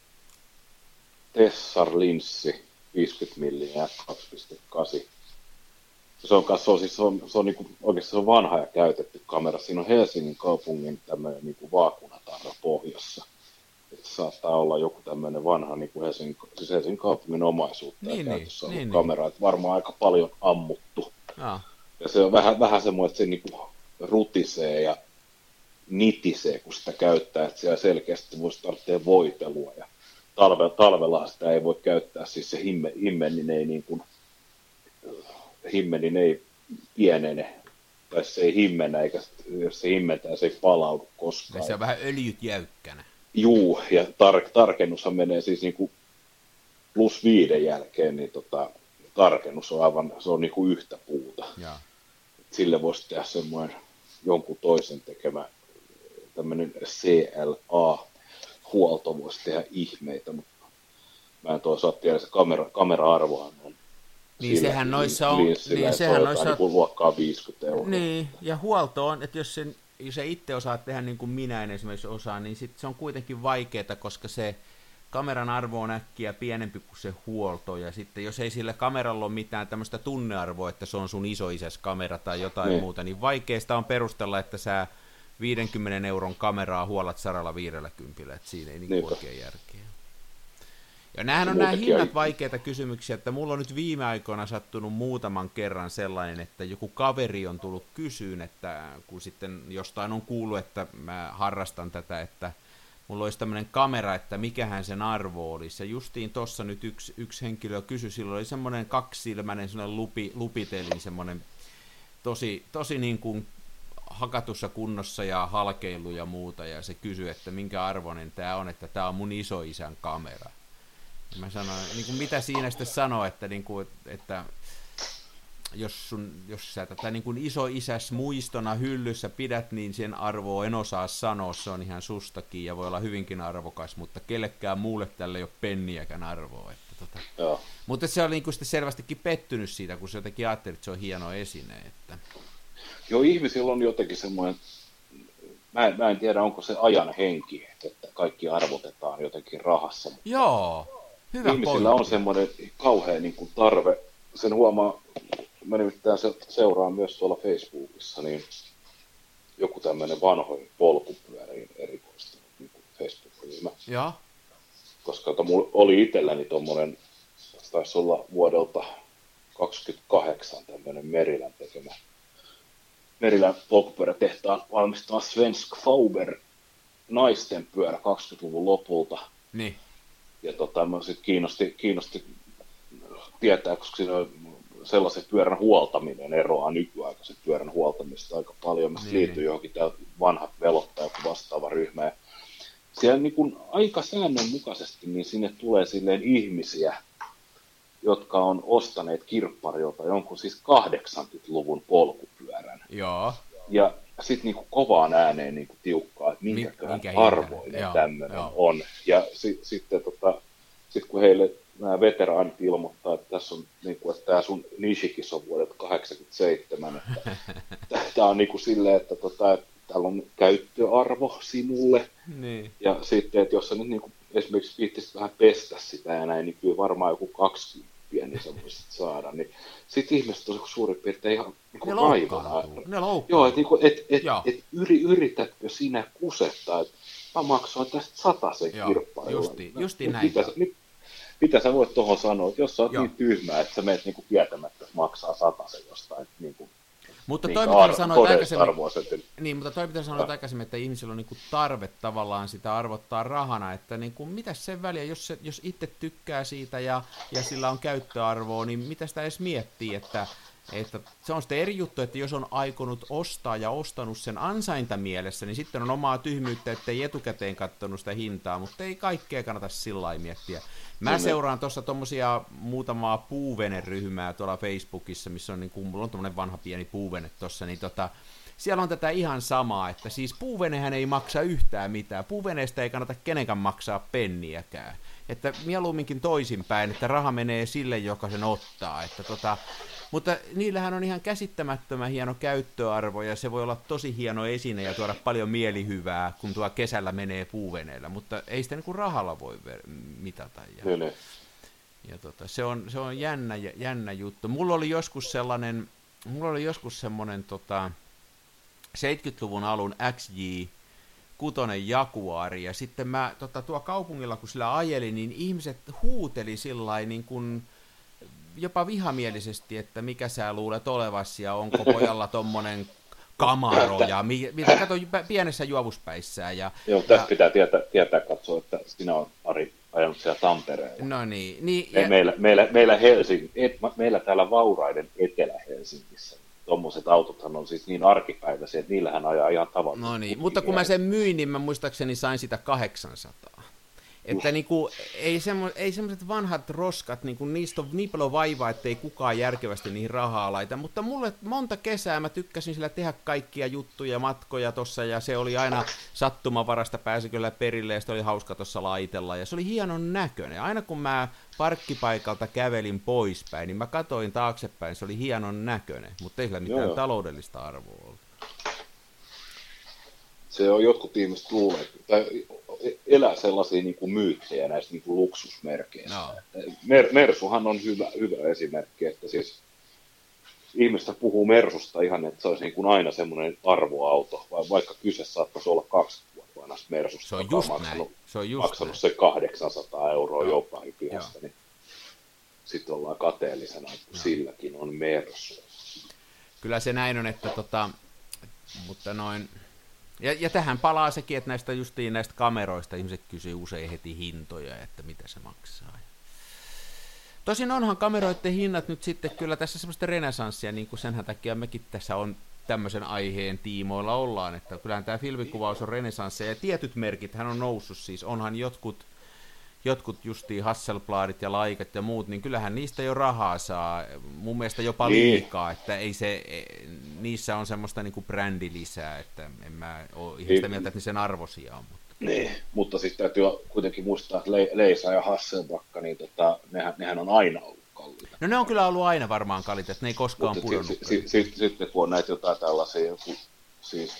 Tessar linssi viisikymmentä milliä ja kaksi pilkku kahdeksan. Se on, se on, siis, se on, se on niin kuin, oikeasti se on vanha ja käytetty kamera. Siinä on Helsingin kaupungin tämmöinen niin kuin vaakunatarra pohjassa. Että saattaa olla joku tämmöinen vanha niin kuin Helsingin, siis Helsingin kaupungin omaisuutta niin, ja käytössä niin, ollut niin, kamera. Että varmaan aika paljon ammuttu. Ja, ja se on vähän, vähän semmoinen, että se niin kuin rutisee ja nitisee, kun sitä käyttää. Että siellä selkeästi voisi tarvitse voitelua. Ja talve, talvella sitä ei voi käyttää. Siis se himme, himmenin ei niin kuin himmenin ei pienene, tai se ei himmennä, eikä jos se himmentää, se ei palaudu koskaan. Ja se on vähän öljyt jäykkänä. Juu, ja tar- tarkennushan menee siis niinku plus viiden jälkeen, niin tota, tarkennus on aivan, se on niinku yhtä puuta. Ja. Sille voisi tehdä semmoinen jonkun toisen tekemä tämmöinen C L A-huolto voisi tehdä ihmeitä, mutta mä en toisaalta tiedä, se kamera, kamera-arvohan on. Niin sillä, sehän noissa on, niin sehän noissa niin kuin luokkaa viisikymmentä euroa. Niin, ja huolto on, että jos, sen, jos se itse osaa tehdä niin kuin minä en esimerkiksi osaa, niin sit se on kuitenkin vaikeaa, koska se kameran arvo on äkkiä pienempi kuin se huolto, ja sitten jos ei sillä kameralla ole mitään tämmöistä tunnearvoa, että se on sun isoisäs kamera tai jotain niin. muuta, niin vaikeasta on perustella, että sä viidenkymmenen euron kameraa huolat saralla viidelläkympillä, että siinä ei niin oikein järkeä. Ja näähän on nämä hinnat vaikeita kysymyksiä, että mulla on nyt viime aikoina sattunut muutaman kerran sellainen, että joku kaveri on tullut kysyyn, että kun sitten jostain on kuullut, että mä harrastan tätä, että mulla olisi tämmöinen kamera, että mikähän sen arvo olisi. Ja justiin tuossa nyt yksi, yksi henkilö kysyi, silloin oli semmoinen kaksisilmäinen semmoinen lupi, lupitelin, semmoinen tosi, tosi niin kuin hakatussa kunnossa ja halkeilu ja muuta, ja se kysyi, että minkä arvoinen tämä on, että tämä on mun isoisän kamera. Mä sanoin, niin kuin mitä siinä sitten sanoo, että, niin kuin, että jos, sun, jos sä tätä niin kuin isoisäs muistona hyllyssä pidät, niin sen arvoa en osaa sanoa, se on ihan sustakin ja voi olla hyvinkin arvokas, mutta kellekään muulle tälle ei ole penniäkään arvoa. Että tota. Mutta se oli niin kuin sitten selvästikin pettynyt siitä, kun se jotenkin ajatteli, että se on hieno esine. Että. Joo, ihmisillä on jotenkin semmoinen, mä en, mä en tiedä onko se ajan henki, että kaikki arvotetaan jotenkin rahassa. Joo. Hyvä ihmisillä pointti. On semmoinen kauhean niin kuin tarve, sen huomaa, mä nimittäin seuraan myös tuolla Facebookissa, niin joku tämmöinen vanhoin polkupyöriin erikoistunut niin kuin Facebook-ryhmä. Ja. Koska to, mulla oli itselläni tuommoinen, taisi olla vuodelta kaksikymmentäkahdeksan tämmöinen Merilän tekemä, Merilän polkupyörätehtaan valmistama Svensk Fauber naisten pyörä kaksikymmentäluvun lopulta. Niin. Ja tota, mä sitten kiinnosti, kiinnosti tietää, koska siinä on sellaisen pyörän huoltaminen eroaa nykyaikaisen pyörän huoltamista aika paljon. Mä niin, liittyy niin. johonkin tämä vanhat velottaa joku vastaava ryhmä. Ja siellä niin kun aika säännönmukaisesti niin sinne tulee silleen ihmisiä, jotka on ostaneet kirpparilta jonkun siis kahdeksankymmentäluvun polkupyörän. Joo. Ja sitten niinku kovaan ääneen niinku tiukkaa, että minkäköhän arvoinen tämmöinen on. Ja si- sitten tota, sit kun heille, nämä veteraanit ilmoittaa, että tässä on, niin kuin, että tämä sun Nishikis on vuodelta kahdeksankymmentäseitsemän, että tämä on niin kuin silleen, että, tota, että täällä on käyttöarvo sinulle, niin. Ja sitten, että jos sä nyt niin kuin, esimerkiksi viittisit vähän pestä sitä ja näin, niin kyllä varmaan joku kaksikymmentä, niin sä voisit saada, niin sitten ihmiset on suurin piirtein ihan niin ne loukkaantuu, ne loukkaantuu. Joo, että niin et, et, et, yri, yritätkö sinä kusettaa, että mä maksoin tästä satasen kirppailulla. Justi, justi näin. Mitä, mit, mitä sä voit tuohon sanoa, että jos sä oot Joo. niin tyhmä, että sä menet niin tietämättä, että maksaa satasen jostain, niin kuin, mutta toi mitä sanoit aikaisemmin, niin, mutta toi mitä sanoit aikaisemmin, että ihmisillä on niinku tarve tavallaan sitä arvottaa rahana, että niinku, mitäs sen väliä, jos, se, jos itse tykkää siitä ja, ja sillä on käyttöarvoa, niin mitä sitä edes miettii, että, että se on sitten eri juttu, että jos on aikonut ostaa ja ostanut sen ansaintamielessä, niin sitten on omaa tyhmyyttä, ettei etukäteen katsonut sitä hintaa, mutta ei kaikkea kannata sillä lailla miettiä. Mä seuraan tuossa tommosia muutamaa puuveneryhmää tuolla Facebookissa, missä on niin kuin, mulla on tommonen vanha pieni puuvene tossa, niin tota, siellä on tätä ihan samaa, että siis puuvenehän ei maksa yhtään mitään, puuveneestä ei kannata kenenkään maksaa penniäkään, että mieluumminkin toisinpäin, että raha menee sille, joka sen ottaa, että tota, mutta niillähän on ihan käsittämättömän hieno käyttöarvo, ja se voi olla tosi hieno esine ja tuoda paljon mielihyvää, kun tuo kesällä menee puuveneellä, mutta ei sitä niin kuin rahalla voi mitata. Ja, ne, ne. ja tota, se on, se on jännä, jännä juttu. Mulla oli joskus sellainen, mulla oli joskus semmoinen tota, seitsemänkymmentäluvun alun X J kutonen Jaguari, ja sitten mä tota, tuo kaupungilla, kun sillä ajelin, niin ihmiset huuteli sillain niin kuin jopa vihamielisesti, että mikä sä luulet olevasi ja onko pojalla tommonen Camaro ja mi- mitä kato pienessä juovuspäissään. Ja, Joo, tästä ja, pitää tietää, tietää katsoa, että sinä on Ari ajanut siellä Tampereella. No niin. niin Me, ja, meillä, meillä, meillä, Helsing, et, meillä täällä vauraiden Etelä-Helsingissä tuommoiset autothan on siis niin arkipäiväisiä, että niillähän ajaa ihan tavallisesti. No niin, mutta kun mä sen myin, niin mä muistaakseni sain sitä kahdeksansataa. Että niinku, ei, semmo, ei semmoiset vanhat roskat, niinku, niistä on niin paljon vaivaa, ettei kukaan järkevästi niihin rahaa laita, mutta mulle monta kesää mä tykkäsin sillä tehdä kaikkia juttuja, matkoja tossa, ja se oli aina sattumavarasta, pääsi kyllä perille, ja se oli hauska tuossa laitella, ja se oli hienon näköinen. Aina kun mä parkkipaikalta kävelin poispäin, niin mä katoin taaksepäin, se oli hienon näköinen, mutta ei sillä mitään Joo. taloudellista arvoa ollut. Se on jotkut ihmiset luulee, tai elää sellaisia niin kuin myyttejä näistä niin kuin luksusmerkeistä. No. Mer- Mersuhan on hyvä, hyvä esimerkki, että siis ihmiset puhuu Mersusta ihan, että se olisi niin kuin aina semmoinen arvoauto, vai vaikka kyse saattaisi olla kaksikymmentä vuotta vanhasta Mersusta, se on just maksanut, se, on just maksanut se kahdeksansataa euroa no. jopa hypyhästä, niin sitten ollaan kateellisena, että no. silläkin on Mersu. Kyllä se näin on, että tota, mutta noin... Ja, ja tähän palaa sekin, että näistä justiin näistä kameroista ihmiset kysyy usein heti hintoja, että mitä se maksaa. Tosin onhan kameroiden hinnat nyt sitten kyllä tässä semmoista renesanssia, niin kuin senhän takia mekin tässä on tämmöisen aiheen tiimoilla ollaan, että kyllähän tämä filmikuvaus on renesanssia, ja tietyt merkithän on noussut siis, onhan jotkut, jotkut justiin Hasselbladit ja Laikat ja muut, niin kyllähän niistä jo rahaa saa, mun mielestä jopa liikaa, että ei se, niissä on semmoista niinku brändilisää, että en mä ole ihan sitä mieltä, että sen arvoisia on. Mutta. Niin, mutta sitten täytyy kuitenkin muistaa, että Le- Leisa ja Hasselbacka, niin tota, nehän, nehän on aina ollut kalliita. No ne on kyllä ollut aina varmaan kalliita, että ne ei koskaan mutta pudonnut. Sitten si- si- si- kun on näitä jotain tällaisia, joku, siis,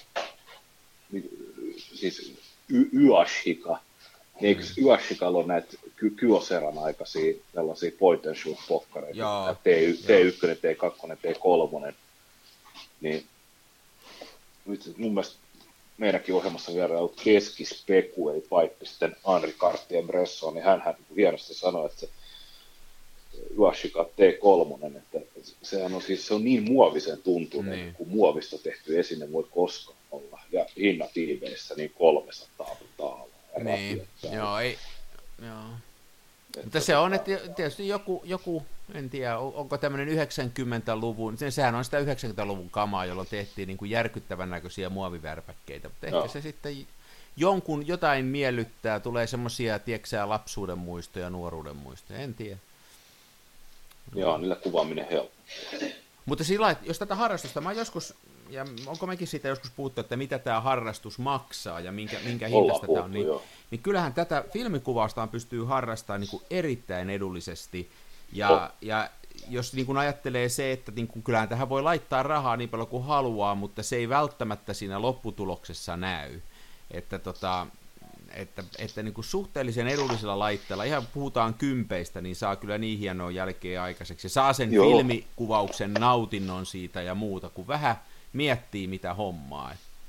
siis y- Yashika, eikö Yashikalla ole näitä Kyoseran aikaisia tällaisia point and shoot -pokkareita, T yksi, T kaksi, T kolme, niin mun mielestä meidänkin ohjelmassa vielä ollut keskispeku, eli paippi sitten Henri Cartier-Bresson, niin hänhän hienosti sanoi, että se Yashika T kolme, että sehän on siis se on niin muovisen tuntunen, niin. kuin muovista tehty esine voi koskaan olla, ja hinnat eBayssä niin kolmesataa taalaa. Niin, joo, ei, joo. Mutta se on, että tietysti joku, joku en tiedä, onko tämmöinen yhdeksänkymmentäluvun, sehän on sitä yhdeksänkymmentäluvun kamaa, jolloin tehtiin niin kuin järkyttävän näköisiä muovivärpäkkeitä, mutta ehkä no. se sitten jonkun jotain miellyttää, tulee semmoisia, tieksää, lapsuuden muistoja, nuoruuden muistoja, en tiedä. Joo, niillä kuvaaminen helppo. Mutta sillä jos tätä harrastusta, mä joskus, ja onko mekin siitä joskus puhuttu, että mitä tämä harrastus maksaa ja minkä, minkä hintasta tämä on, niin, niin kyllähän tätä filmikuvausta pystyy harrastamaan niin kuin erittäin edullisesti, ja, oh. ja jos niin kuin ajattelee se, että niin kuin, kyllähän tähän voi laittaa rahaa niin paljon kuin haluaa, mutta se ei välttämättä siinä lopputuloksessa näy, että tota... että, että niin kuin suhteellisen edullisella laitteella, ihan puhutaan kympeistä, niin saa kyllä niin hienoa jälkeä aikaiseksi. Ja saa sen Joo. filmikuvauksen nautinnon siitä ja muuta, kun vähän miettii mitä hommaa.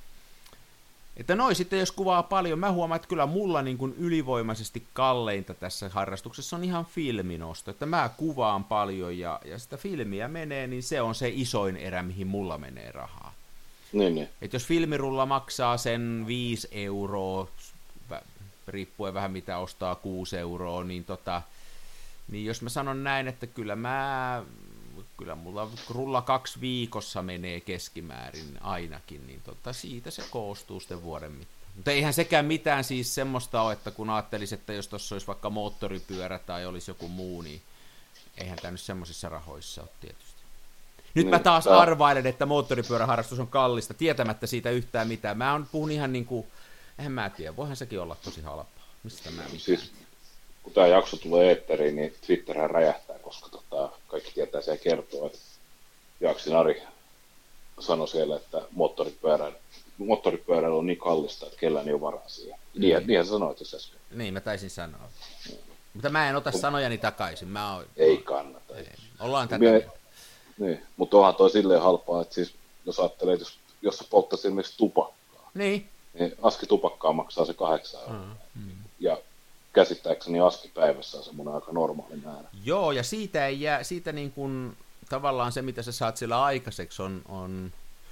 Että noi sitten jos kuvaa paljon, mä huomaan, että kyllä mulla niin kuin ylivoimaisesti kalleinta tässä harrastuksessa on ihan filminosto. Että mä kuvaan paljon ja, ja sitä filmiä menee, niin se on se isoin erä, mihin mulla menee rahaa. Niin, niin. Että jos filmirulla maksaa sen viisi euroa, riippuen vähän mitä ostaa kuusi euroa, niin, tota, niin jos mä sanon näin, että kyllä mä, kyllä mulla rulla kaksi viikossa menee keskimäärin ainakin, niin tota, siitä se koostuu sitten vuoden mittaan. Mutta eihän sekään mitään siis semmoista ole, että kun ajattelisi, että jos tuossa olisi vaikka moottoripyörä tai olisi joku muu, niin eihän tämä nyt semmoisissa rahoissa ole tietysti. Nyt niin, mä taas tämä... arvailen, että moottoripyöräharrastus on kallista, tietämättä siitä yhtään mitään. Mä on, puhun ihan niin kuin, eihän mä tiedä, voihan sekin olla tosi halpaa. Mistä mä mitään? Siis, kun tämä jakso tulee eetteriin, niin Twitterhän räjähtää, koska tota, kaikki tietää siellä kertoo, että Jaksin Ari sanoi siellä, että moottoripyöräily on niin kallista, että kellään ei ole varaa siihen. Mm. Niin, niinhän sanoit jos äsken. Niin, mä taisin sanoa. Mm. Mutta mä en ota kun... sanojani takaisin. Mä oon... Ei kannata. Ei. Ollaan tätä. Mie... Niin, mutta onhan toi silleen halpaa, että siis, jos ajattelee, että jos, jos sä polttaisi esimerkiksi tupakkaa, niin. niin aski tupakkaa maksaa se kahdeksan euroa. Mm. Mm. Ja käsittääkseni aski päivässä on semmoinen aika normaali määrä. Joo, ja siitä ei jää, siitä niin kuin, tavallaan se, mitä sä saat siellä aikaiseksi, on, on,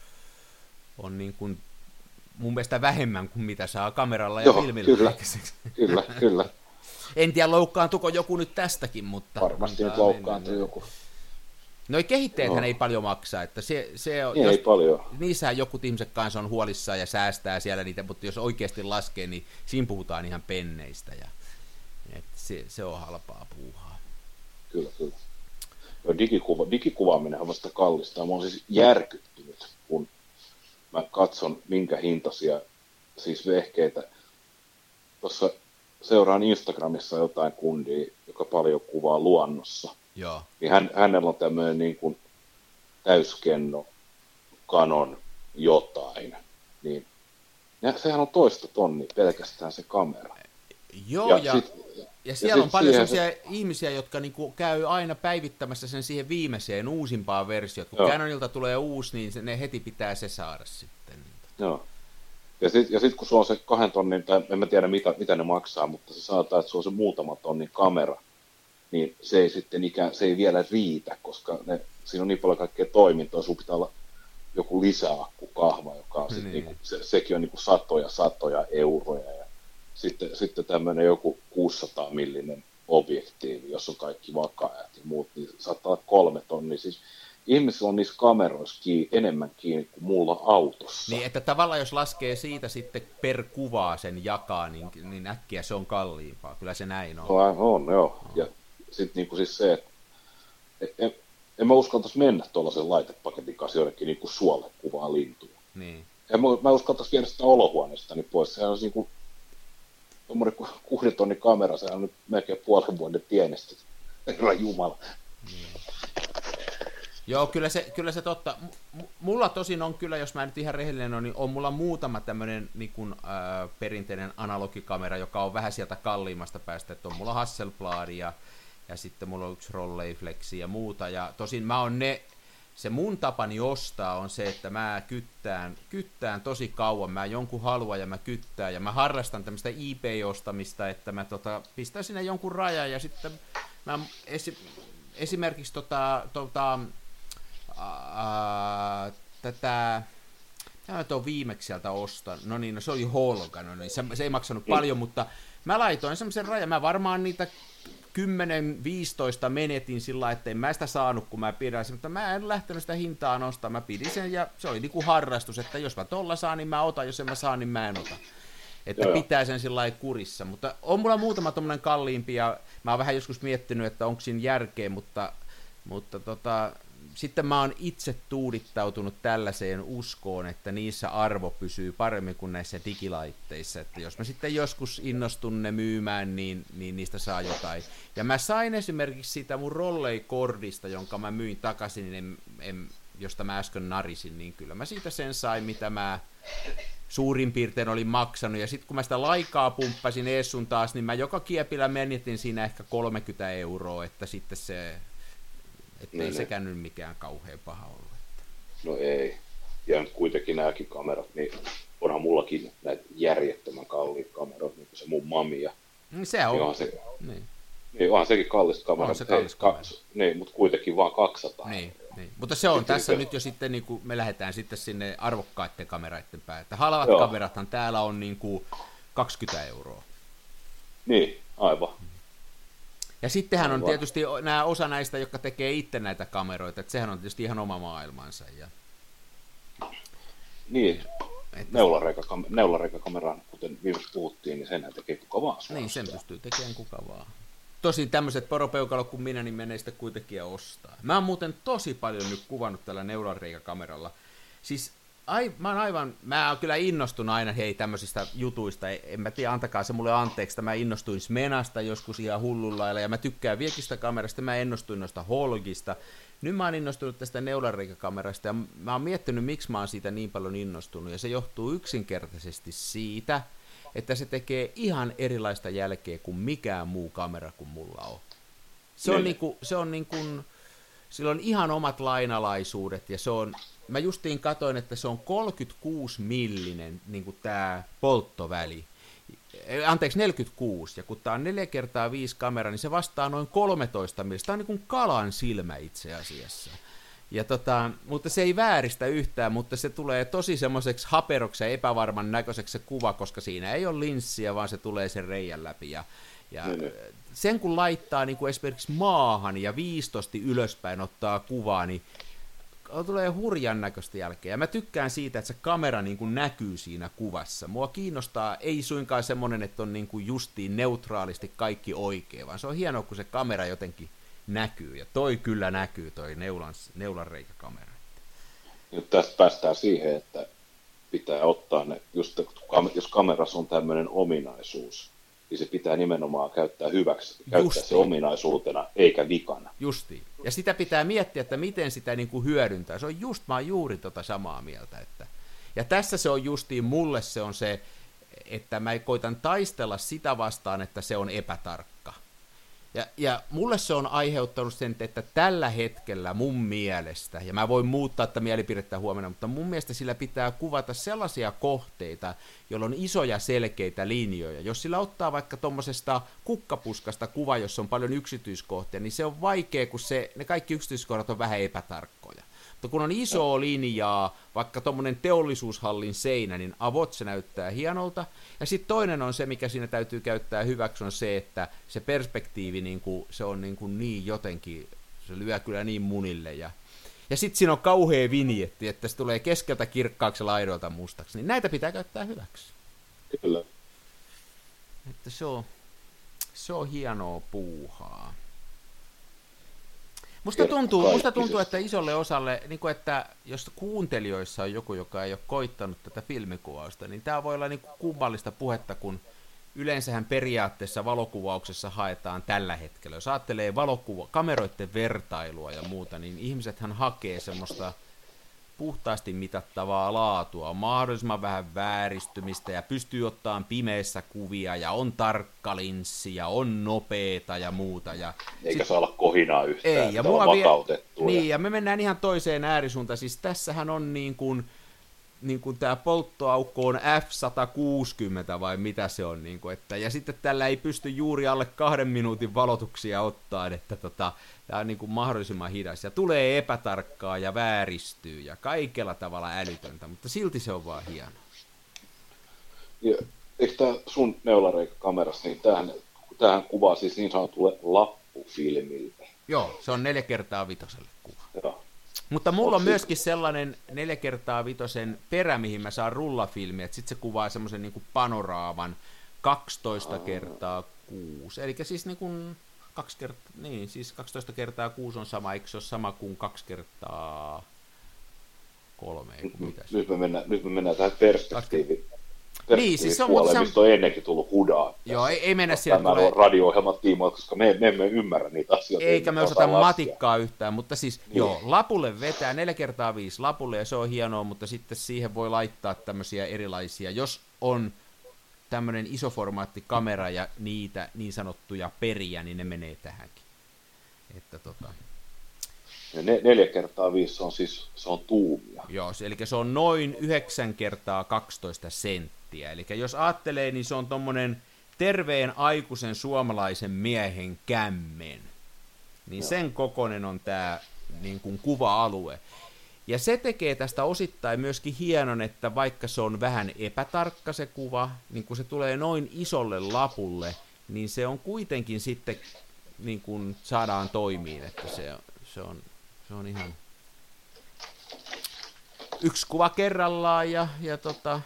on niin kuin mun mielestä vähemmän kuin mitä saa kameralla ja Joo, filmillä kyllä, aikaiseksi. Kyllä, kyllä. En tiedä, loukkaantuko joku nyt tästäkin, mutta... Varmasti nyt loukkaantuu joku. Noi kehittäjäthän no. ei paljon maksaa, että se, se on, niin jos, ei paljon. Niissähän joku ihmiset kanssa on huolissaan ja säästää siellä niitä, mutta jos oikeasti laskee, niin siinä puhutaan ihan penneistä ja että se, se on halpaa puuhaa. Kyllä, kyllä. Digikuva, digikuvaaminen on vasta kallista. Mä oon siis järkyttynyt, kun mä katson minkä hintaisia siis vehkeitä. Tuossa seuraan Instagramissa jotain kundia, joka paljon kuvaa luonnossa. Joo. Niin hän, hänellä on tämmöinen niin kuin täyskenno, Canon, jotain. Niin, ja sehän on toista tonni pelkästään se kamera. Joo, ja, ja, sit, ja siellä ja on paljon sellaisia se... ihmisiä, jotka niinku käy aina päivittämässä sen siihen viimeiseen, uusimpaan versioon. Kun Canonilta tulee uusi, niin se, ne heti pitää se saada sitten. Joo. Ja sitten ja sit, kun se on se kahden tonnin, tai en mä tiedä mitä, mitä ne maksaa, mutta se saattaa, että se on se muutama tonnin kamera, niin se ei sitten ikään, se ei vielä riitä, koska ne, siinä on niin paljon kaikkea toimintoa, sun pitää olla joku lisäakkukahva, joka on niin. Niinku, se, sekin on niinku satoja satoja euroja, ja sitten, sitten tämmöinen joku kuusisataa millinen objektiivi, jossa on kaikki vakaajat ja muut, niin saattaa olla kolme tonnia, siis ihmisillä on niissä kameroissa kiinni, enemmän kiinni kuin muulla autossa. Niin, että tavallaan jos laskee siitä sitten per kuvaa sen jakaa, niin, niin äkkiä se on kalliimpaa, kyllä se näin on. No, on, joo, no. Ja sitten niinku siis se, että en, en mä uskaltaisi mennä tuollaisen laitepaketin kanssa jonnekin niinku suolle kuvaa lintuja. Niin. En mä, mä uskaltaisi viedä sitä olohuoneestani pois, sehän olisi niinku tuommoinen kuuden tonnin kamera, sehän on nyt melkein puolen vuoden tienestä. Herra Jumala. Niin. Joo, kyllä se, kyllä se totta. M- mulla tosin on kyllä, jos mä nyt ihan rehellinen on, niin on mulla muutama tämmöinen niin kuin, äh, perinteinen analogikamera, joka on vähän sieltä kalliimmasta päästä, että on mulla Hasselblad ja, ja sitten mulla on yksi Rolleiflexi ja muuta, ja tosin mä oon ne, se mun tapani ostaa on se, että mä kyttään, kyttään tosi kauan, mä jonkun haluan ja mä kyttään, ja mä harrastan tämmöistä eBay-ostamista, että mä tota, pistän sinne jonkun rajan, ja sitten mä esi- esimerkiksi tota, tota Ää, tätä, mä tuon viimeksi sieltä ostan, no niin, no se oli Holga, no niin, se, se ei maksanut paljon, mutta mä laitoin semmoisen rajan, mä varmaan niitä kymmenen viisitoista menetin sillä, ettei mä sitä saanut, kun mä pidän sen, mutta mä en lähtenyt sitä hintaa nostamaan, mä pidin sen ja se oli niinku harrastus, että jos mä tolla saan, niin mä otan, jos en mä saa, niin mä en ota. Että Joo. pitää sen sillä lailla kurissa, mutta on mulla muutama tommonen kalliimpi ja mä oon vähän joskus miettinyt, että onko siinä järkeä, mutta, mutta tota, sitten mä oon itse tuudittautunut tällaiseen uskoon, että niissä arvo pysyy paremmin kuin näissä digilaitteissa, että jos mä sitten joskus innostun ne myymään, niin, niin niistä saa jotain. Ja mä sain esimerkiksi siitä mun Rollei-kordista, jonka mä myin takaisin, niin en, en, josta mä äsken narisin, niin kyllä mä siitä sen sain, mitä mä suurin piirtein olin maksanut, ja sitten kun mä sitä laikaa pumppasin ees sun taas, niin mä joka kiepillä menetin siinä ehkä kolmekymmentä euroa, että sitten se, ettei no, sekään nyt mikään kauhean paha ollut. No ei, ja nyt kuitenkin nämäkin kamerat, niin onhan mullakin näitä järjettömän kalliit kamerat, niin kuin se mun mami, ja niin se on. Niin se, niin. Niin, onhan sekin kallista kameraa, on se kallis kamera. Niin, mutta kuitenkin vaan kaksisataa. Niin. Niin. Mutta se on sitten tässä se... nyt jo sitten, niin kuin me lähdetään sitten sinne arvokkaiden kameroiden päälle. Että halvat Joo. kamerathan täällä on niin kuin kaksikymmentä euroa. Niin, aivan. Ja sittenhän aivan. on tietysti nämä osa näistä, jotka tekee itse näitä kameroita, että sehän on tietysti ihan oma maailmansa. Ja... Niin, että... neulareikakameraan, kuten viimeksi puhuttiin, niin senhän tekee kuka vaan. Niin, sen pystyy tekemään kuka vaan. Tosin tämmöiset poropeukalot kuin minä, niin menee sitä kuitenkin ja ostaa. Mä oon muuten tosi paljon nyt kuvannut tällä neulareikakameralla. Siis ai, mä oon aivan, mä oon kyllä innostunut aina hei tämmöisistä jutuista. En mä tiedä, antakaa se mulle anteeksi, että mä innostuin Smenasta joskus ihan hullun lailla. Ja mä tykkään viekistä kamerasta, mä innostuin noista Holgista. Nyt mä oon innostunut tästä neulareikakamerasta ja mä oon miettinyt, miksi mä oon siitä niin paljon innostunut. Ja se johtuu yksinkertaisesti siitä, että se tekee ihan erilaista jälkeä kuin mikään muu kamera kuin mulla on. Se on niinku, se on niinku, sillä on ihan omat lainalaisuudet ja se on, mä justiin katoin, että se on kolmekymmentäkuusi millinen niinku tää polttoväli. Anteeksi, neljäkymmentäkuusi, ja kun tää on neljä kertaa viisi kamera, niin se vastaa noin kolmetoista millistä. Tää on niinku kalan silmä itse asiassa. Ja tota, mutta se ei vääristä yhtään, mutta se tulee tosi semmoiseksi haperoksi ja epävarman näköiseksi se kuva, koska siinä ei ole linssiä, vaan se tulee sen reijän läpi. Ja, ja sen kun laittaa niin kuin esimerkiksi maahan ja viistosti ylöspäin ottaa kuvaa, niin tulee hurjan näköistä jälkeä. Ja mä tykkään siitä, että se kamera niin kuin näkyy siinä kuvassa. Mua kiinnostaa ei suinkaan semmoinen, että on niin kuin justiin neutraalisti kaikki oikein, vaan se on hienoa, kun se kamera jotenkin näkyy, ja toi kyllä näkyy, toi neulan, neulanreikäkamera. Nyt tästä päästään siihen, että pitää ottaa ne, just jos kamerassa on tämmöinen ominaisuus, niin se pitää nimenomaan käyttää hyväksi, käyttää Justiin. se ominaisuutena, eikä vikana. Justiin. Ja sitä pitää miettiä, että miten sitä niin kuin hyödyntää. Se on just, mä oon juuri tota samaa mieltä. Että... Ja tässä se on justiin, mulle se on se, että mä koitan taistella sitä vastaan, että se on epätarkka. Ja, ja mulle se on aiheuttanut sen, että tällä hetkellä mun mielestä, ja mä voin muuttaa tätä mielipidettä huomenna, mutta mun mielestä sillä pitää kuvata sellaisia kohteita, joilla on isoja selkeitä linjoja. Jos sillä ottaa vaikka tuommoisesta kukkapuskasta kuva, jossa on paljon yksityiskohtia, niin se on vaikea, kun se, ne kaikki yksityiskohdat on vähän epätarkkoja. Mutta kun on isoa linjaa, vaikka tuommoinen teollisuushallin seinä, niin avot se näyttää hienolta. Ja sitten toinen on se, mikä siinä täytyy käyttää hyväksi, on se, että se perspektiivi, niin kuin, se on niin, kuin niin jotenkin, se lyö kyllä niin munille. Ja, ja sitten siinä on kauhea vinjetti, että se tulee keskeltä kirkkaaksi ja laidoilta mustaksi. Niin näitä pitää käyttää hyväksi. Kyllä. Että se on, se on hienoa puuhaa. Musta tuntuu, musta tuntuu, että isolle osalle, niin kuin että jos kuuntelijoissa on joku, joka ei ole koittanut tätä filmikuvausta, niin tämä voi olla niin kuin kummallista puhetta, kun yleensähän periaatteessa valokuvauksessa haetaan tällä hetkellä. Jos ajattelee valokuva, kameroiden vertailua ja muuta, niin ihmisethän hakee semmoista puhtaasti mitattavaa laatua, mahdollisimman vähän vääristymistä ja pystyy ottamaan pimeässä kuvia ja on tarkka linssi ja on nopeeta ja muuta. Ja eikä sit... saa olla kohinaa yhtään, ei, ja että on vakautettu. Niin, ja me mennään ihan toiseen äärisuuntaan. Siis tässähän on niin kuin, niin kuin tämä polttoaukko on F sata kuusikymmentä vai mitä se on. Niin kuin, että, ja sitten tällä ei pysty juuri alle kahden minuutin valotuksia ottaa, että tota, tämä on niin kuin mahdollisimman hidas. Ja tulee epätarkkaa ja vääristyy ja kaikella tavalla älytöntä, mutta silti se on vaan hieno. Ja, eikö tämä sun neulareikakamerassa, niin tämähän, tämähän kuvaa siis niin sanotulle lappufilmille. Joo, se on neljä kertaa vitoselle kuva. Joo. Mutta mulla on myöskin sellainen neljä kertaa vitosen perä, mihin mä saan rullafilmiä, että sit se kuvaa semmoisen niin kuin panoraaman kaksitoista kertaa kuusi. Eli siis niin kuin kaksi kertaa, niin, siis kaksitoista kertaa kuusi on sama, eikö se ole sama kuin kaksi kertaa kolme, eikö mitäs? Nyt me mennään, nyt me mennään tähän perspektiiviin. Niin, siis se on, puolelle, se on... mistä on ennenkin tullut hudaa. Joo, ei, ei mennä siellä. Tämä tulee... on radio-ohjelmat tiimoilta, koska me, me emme ymmärrä niitä asioita. Eikä me osata matikkaa yhtään, mutta siis niin. joo, lapulle vetää neljä kertaa viisi lapulle ja se on hienoa, mutta sitten siihen voi laittaa tämmöisiä erilaisia, jos on tämmöinen isoformaattikamera ja niitä niin sanottuja periä, niin ne menee tähänkin. Että tota... Ja ne, neljä kertaa viisi on siis se on tuumia. Joo, eli se on noin yhdeksän kertaa kaksitoista senttiä. Eli jos ajattelee, niin se on tommonen terveen aikuisen suomalaisen miehen kämmen. Niin Joo. sen kokoinen on tää niin kuin kuva-alue. Ja se tekee tästä osittain myöskin hienon, että vaikka se on vähän epätarkka se kuva, niin kun se tulee noin isolle lapulle, niin se on kuitenkin sitten, niin kun saadaan toimiin, että se, se, on, se on ihan yksi kuva kerrallaan ja, ja tota,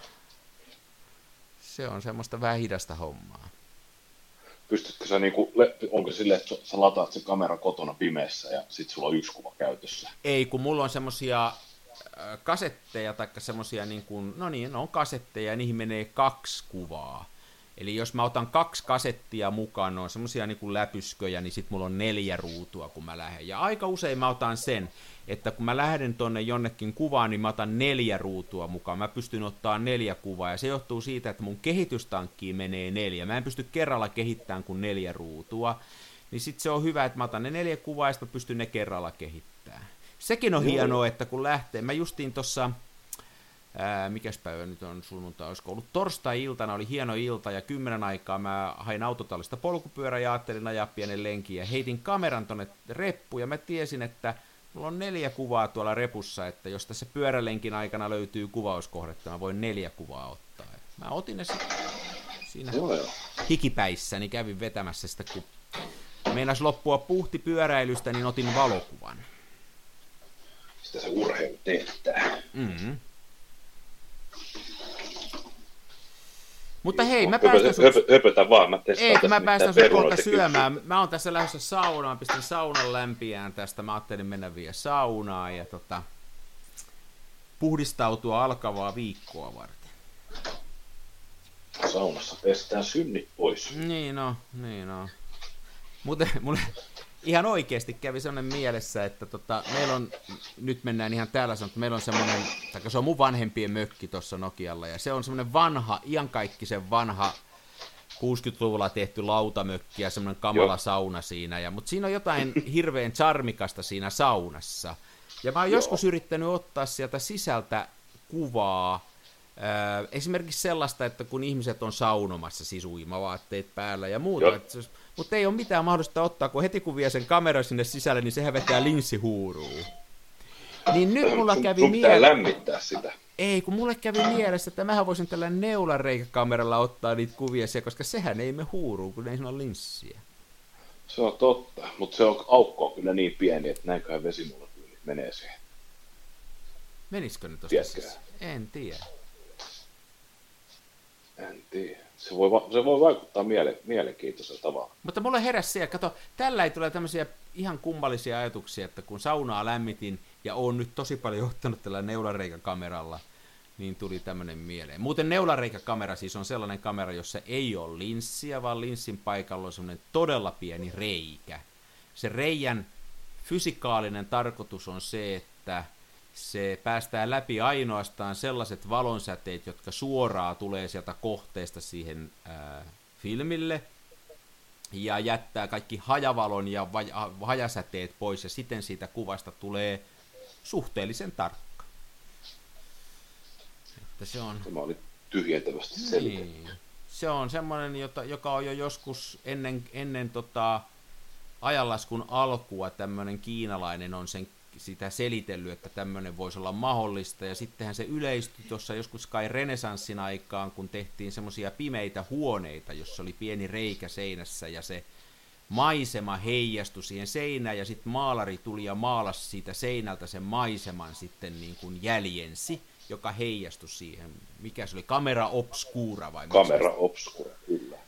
se on semmoista vähän hidasta hommaa. Pystytkö sä, niinku, onko silleen, että sä lataat se kamera kotona pimeässä ja sit sulla on yksi kuva käytössä? Ei, kun mulla on semmosia kasetteja, tai semmosia niin kuin, no niin, ne on kasetteja ja niihin menee kaksi kuvaa. Eli jos mä otan kaksi kasettia mukaan, ne on semmosia niin kuin läpysköjä, niin sit mulla on neljä ruutua, kun mä lähden. Ja aika usein mä otan sen, että kun mä lähden tonne jonnekin kuvaan, niin mä otan neljä ruutua mukaan. Mä pystyn ottaa neljä kuvaa, ja se johtuu siitä, että mun kehitystankkiin menee neljä. Mä en pysty kerralla kehittämään kuin neljä ruutua. Niin sit se on hyvä, että mä otan ne neljä kuvaa, ja sit mä pystyn ne kerralla kehittämään. Sekin on hienoa, että kun lähtee, mä justiin tossa, ää, mikäs päivä nyt on sunnuntai, olisiko ollut torstai-iltana, oli hieno ilta, ja kymmenen aikaa mä hain autotallista polkupyörä ja ajattelin ajaa pienen lenkin, ja heitin kameran tonne reppuun, ja mä tiesin, että mulla on neljä kuvaa tuolla repussa, että jos tässä pyörälenkin aikana löytyy kuvauskohdetta, mä voin neljä kuvaa ottaa. Mä otin ne sitten siinä hikipäissä, niin kävin vetämässä sitä, kun meinas loppua puhti pyöräilystä, niin otin valokuvan. Sitä se urheilu teettää. Mm-hmm. Mutta hei, mä päästän sut... Höpö, höpötä vaan, mä testaan Ei, mä päästän sut kohta syömään. Mä oon tässä lähdössä saunaan, pistin saunan lämpiään tästä. Mä ajattelin mennä vielä saunaan ja tota, puhdistautua alkavaa viikkoa varten. Saunassa pestään synnit pois. Niin no, niin no. Mutta mulle ihan oikeasti kävi sellainen mielessä, että tota, meillä on, nyt mennään ihan täällä sanoa, että meillä on semmoinen, tai se on mun vanhempien mökki tuossa Nokialla, ja se on semmoinen vanha, iankaikkisen vanha kuusikymmentäluvulla tehty lautamökki ja semmoinen kamala Joo. sauna siinä, ja, mutta siinä on jotain hirveän charmikasta siinä saunassa. Ja mä oon Joo. joskus yrittänyt ottaa sieltä sisältä kuvaa, Äh, esimerkiksi sellaista, että kun ihmiset on saunomassa, siis uimavaatteet päällä ja muuta, että, mutta ei ole mitään mahdollista ottaa, kun heti kun vie sen kameran sinne sisälle, niin sehän vetää linssihuuruun. Niin nyt mulla kävi mielessä... lämmittää sitä. Ei, kun mulle kävi mielessä, että mähän voisin tällä neulareikäkameralla ottaa niitä kuvia siellä, koska sehän ei me huuruun, kun ei siinä ole linssiä. Se on totta, mutta se on aukko kyllä niin pieni, että näinköhän vesimolekyylit menee siihen. Menisikö ne tuosta? En tiedä. En tiedä. Se voi, va- se voi vaikuttaa miele- mielenkiintoisella tavalla. Mutta mulle heräsi siellä, kato, tällä ei tule tämmöisiä ihan kummallisia ajatuksia, että kun saunaa lämmitin ja oon nyt tosi paljon ottanut tällä neulareikäkameralla, niin tuli tämmöinen mieleen. Muuten neulareikäkamera siis on sellainen kamera, jossa ei ole linssiä, vaan linssin paikalla on semmoinen todella pieni reikä. Se reijän fysikaalinen tarkoitus on se, että se päästää läpi ainoastaan sellaiset valonsäteet, jotka suoraan tulee sieltä kohteesta siihen ää, filmille, ja jättää kaikki hajavalon ja va- hajasäteet pois, ja siten siitä kuvasta tulee suhteellisen tarkka. Että se on... Tämä oli tyhjentävästi selkeä. Niin. Se on semmoinen, jota, joka on jo joskus ennen, ennen tota ajanlaskun alkua tämmöinen kiinalainen on sen sitä selitellyt, että tämmöinen voisi olla mahdollista, ja sittenhän se yleistyi tuossa joskus kai renesanssin aikaan, kun tehtiin semmoisia pimeitä huoneita, jossa oli pieni reikä seinässä, ja se maisema heijastui siihen seinään, ja sitten maalari tuli ja maalasi siitä seinältä sen maiseman sitten niin kuin jäljensi, joka heijastui siihen, mikä se oli, camera obscura vai? Camera obscura, kyllä.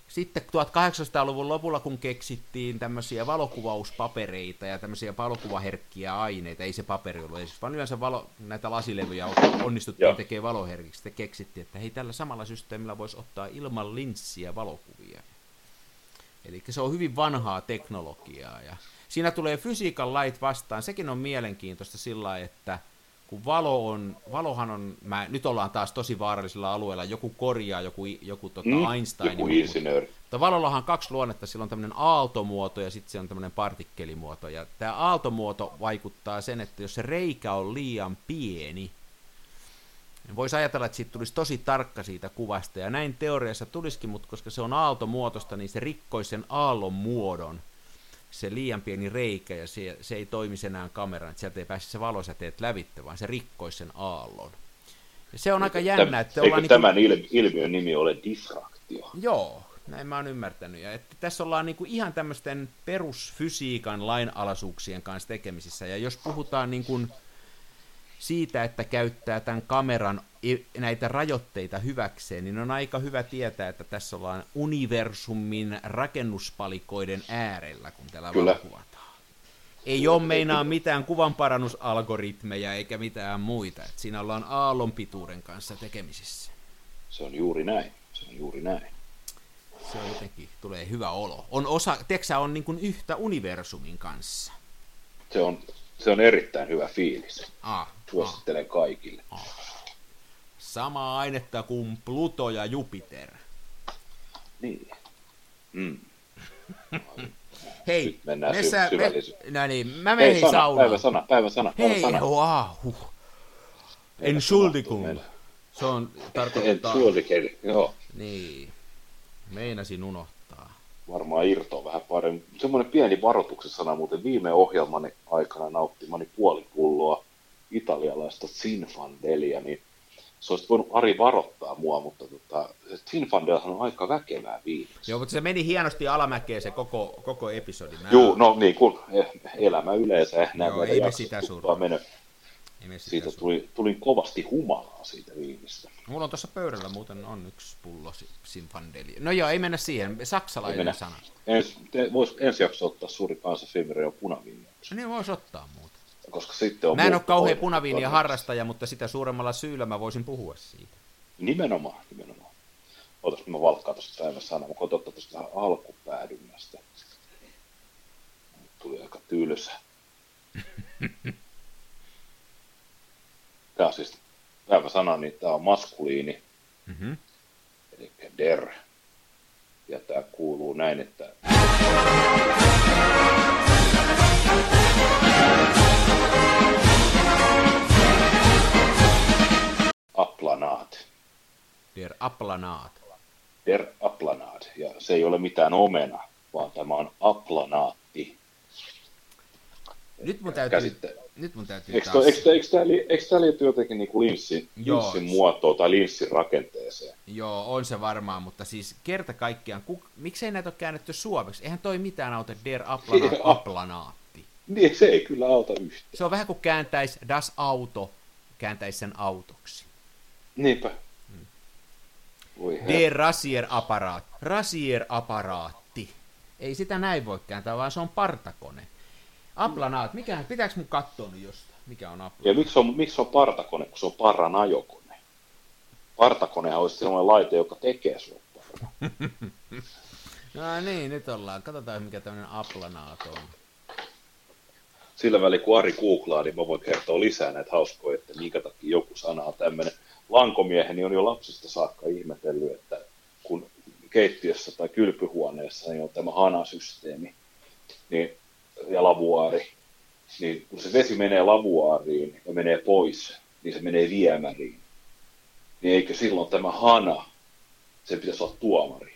Sitten tuhatkahdeksansataaluvun lopulla, kun keksittiin tämmöisiä valokuvauspapereita ja tämmöisiä valokuvaherkkiä aineita, ei se paperi ollut, ei siis, vaan yleensä valo, näitä lasilevyjä onnistuttiin Joo. tekemään valoherkiksi, sitten keksittiin, että hei, tällä samalla systeemillä voisi ottaa ilman linssiä valokuvia. Eli se on hyvin vanhaa teknologiaa, ja siinä tulee fysiikan lait vastaan, sekin on mielenkiintoista sillä lailla, että kun valo on, valohan on, mä, nyt ollaan taas tosi vaarallisilla alueilla, joku korjaa, joku, joku tota mm, Einstein. Joku insinööri. Mutta valollahan on kaksi luonnetta, sillä on tämmöinen aaltomuoto ja sitten se on tämmöinen partikkelimuoto. Ja tämä aaltomuoto vaikuttaa sen, että jos se reikä on liian pieni, niin voisi ajatella, että siitä tulisi tosi tarkka siitä kuvasta. Ja näin teoriassa tulisikin, mutta koska se on aaltomuotosta, niin se rikkoisi sen aallon muodon. Se liian pieni reikä, ja se, se ei toimisi enää kameraan, että sieltä ei pääse se valosäteet lävitte, vaan se rikkoisi sen aallon. Ja se on aika jännä, Täm, että eikö ollaan tämän niin kuin, ilmiön nimi ole diffraktio? Joo, näin mä oon ymmärtänyt. Ja että tässä ollaan niin kuin ihan tämmöisten perusfysiikan lainalaisuuksien kanssa tekemisissä, ja jos puhutaan niin kuin siitä, että käyttää tämän kameran näitä rajoitteita hyväkseen, niin on aika hyvä tietää, että tässä ollaan universumin rakennuspalikoiden äärellä, kun täällä valokuvataan. Ei ole meinaa mitään kuvanparannusalgoritmeja eikä mitään muita. Että siinä ollaan aallonpituuden kanssa tekemisissä. Se on juuri näin. Se on juuri näin. Se on jotenkin, tulee hyvä olo. On osa, teksä on niin kuin yhtä universumin kanssa. Se on, se on erittäin hyvä fiilis. Ah, Suosittelen ah, kaikille. Ah. Samaa ainetta kuin Pluto ja Jupiter. Niin. Mm. Hei, nyt mennään me sy- sä, syvällisyyteen. No niin, mä menen Hei, sana, saunaan. päivä sana, päivä sana, päivä Hei, sana. wow. Entschuldigung. Se on tarkoittaa... Entschuldigung, joo. Niin, meinasin unohtaa. Varmaan irtoa vähän paremmin. Semmoinen pieni varoituksen sana muuten viime ohjelman aikana nauttimani puoli pulloa italialaista Zinfandelia, niin se olisi voinut Ari varoittaa mua, mutta tota, Zinfandelhan on aika väkevää viimeksi. Joo, mutta se meni hienosti alamäkeen se koko, koko episodi. Mä... Joo, no niin kuin elämä yleensä. Joo, ei me sitä surraa. Siitä tuli, tuli kovasti humalaa siitä viinistä. Mulla on tuossa pöydällä muuten on yksi pullo Zinfandelia. No joo, ei mennä siihen. Saksalainen sana. Ens, vois ensi jakso ottaa suuri kanssa Femeria punaviinia. No niin voisi ottaa muuten. Koska sitten on mä en ole kauhean punaviinia harrastaja, mutta sitä suuremmalla syyllä mä voisin puhua siitä. Nimenomaan, nimenomaan. Ootas, mä valkkaan tuosta päivän sanaa. Mä koitan ottaa tuosta vähän alkupäädynnästä. Tuli aika tylsä. Tää on siis päivän sana, niin tää on maskuliini. Mm-hmm. Eli der. Ja tää kuuluu näin, että... Aplanat. Der Aplanat. Der Aplanat. Ja se ei ole mitään omena, vaan tämä on aplanaatti. Nyt mun täytyy... Käsitte... Nyt mun täytyy eikö, taas... Eikö, eikö, tämä, eikö tämä liity jotenkin niin kuin linssin, linssin muotoon tai linssin rakenteeseen? Joo, on se varmaan, mutta siis kerta kaikkiaan, kuk... miksei näitä ole käännetty suomeksi? Eihän toi mitään auta der Aplanat, aplanaatti. Niin, se ei kyllä auta yhtään. Se on vähän kuin kääntäisi das auto, kääntäisi sen autoksi. Niinpä. Hmm. Voi der Rasierapparat, Rasieraparaatti. Ei sitä näin voi kääntää, vaan se on partakone. Aplanaat, mikä, pitääkö mun katsoa nyt jostain, mikä on aplanaat? Ja miksi on, miksi on partakone, kun se on parran ajokone? Partakonehan olisi sellainen laite, joka tekee sua parran. No niin, nyt ollaan. Katsotaan, mikä tämmöinen aplanaat on. Sillä väliin, kun Ari googlaa, niin mä voin kertoa lisää näitä hauskoja, että minkä takia joku sana on tämmöinen. Lankomieheni on jo lapsista saakka ihmetellyt, että kun keittiössä tai kylpyhuoneessa niin on tämä hanasysteemi, niin ja lavuaari, niin kun se vesi menee lavuaariin ja menee pois, niin se menee viemäriin. Niin eikö silloin tämä hana, se pitäisi olla tuomari?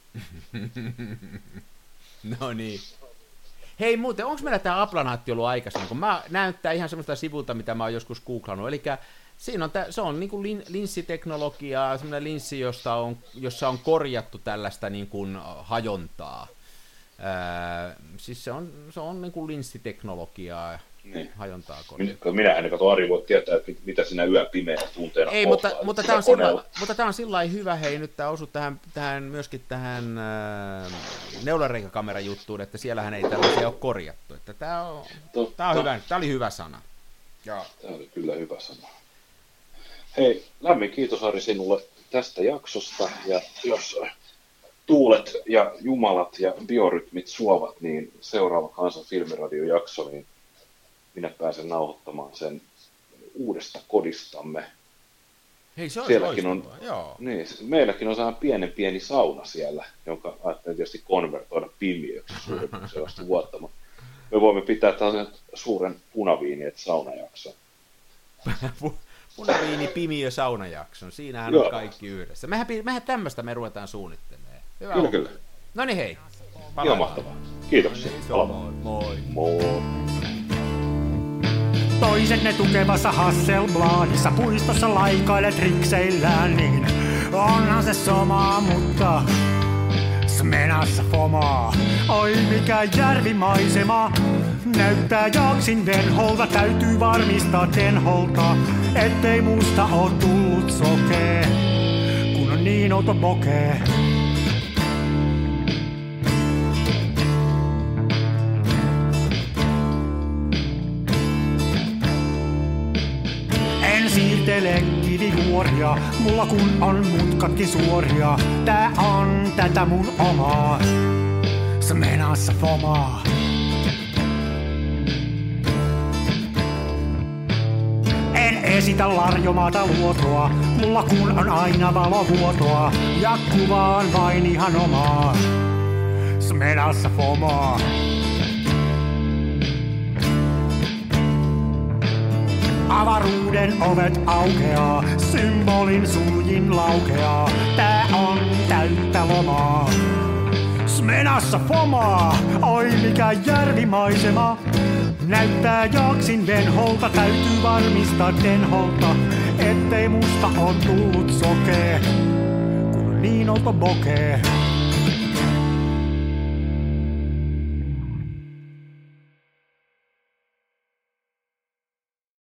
No niin. Hei muuten, onko meillä tämä aplanaatti ollut aikaisemmin? Kun mä näyttää ihan semmoista sivulta, mitä mä oon joskus googlannut. Eli siinä on tää, se on niin kuin lin, linssiteknologiaa, semmoinen linssi, josta on, jossa on korjattu tällaista niin kuin hajontaa. Ää, siis se on, se on niin kuin linssiteknologiaa, niin. hajontaa kodissa. Minä, minä en katso Ari voi tietää, että mitä sinä yö pimeä tunteena Ei, mutta, mutta, tämä on sillä, mutta tämä on sillä lailla hyvä, hei, nyt tämä osui tähän, tähän myöskin tähän äh, neulareikäkameran juttuun, että siellähän ei tällaisia ole korjattu. Että tämä, on, tämä, on hyvä, tämä oli hyvä sana. Ja. Tämä oli kyllä hyvä sana. Hei, lämmin kiitos Ari sinulle tästä jaksosta, ja jos tuulet ja jumalat ja biorytmit suovat, niin seuraava Kansan filmiradiojakso, niin minä pääsen nauhoittamaan sen uudesta kodistamme. Hei, se Sielläkin on, Joo. Niin, meilläkin on sellainen pienen pieni sauna siellä, jonka ajattelin tietysti konvertoida pimiöksi suuremmaksi vuotta, mutta me voimme pitää tällaisen suuren punaviini, että saunajakson. Punaviini, pimiö, saunajakson. Siinähän Joo. on kaikki yhdessä. Mehän, mehän tämmöistä me ruvetaan suunnittelemaan. Hyvä kyllä, kyllä. No niin, hei. Ihan mahtavaa. Kiitoksia. No niin, moi. Moi. Toisenne tukevassa Hasselbladissa puistossa laikailet rikseillään, niin onhan se sama, mutta Smenassa fomaa. Oi mikä järvimaisema, näyttää jaksin venholta, täytyy varmistaa tenholta, ettei musta oo tullut sokee, kun on niin outo bokee. En siirtele kivijuoria, mulla kun on mutkatkin suoria, tää on tätä mun omaa Smenassa fomaa. En esitä larjomaata luotoa, mulla kun on aina valovuotoa, ja kuvaan vain ihan omaa Smenassa fomaa. Avaruuden ovet aukeaa, symbolin suljin laukeaa, tää on täyttä lomaa Smenassa fomaa. Oi mikä järvimaisema, näyttää jaksin venholta, täytyy varmistaa tenholta, ettei musta on tullut sokee, kun on niin outo bokee.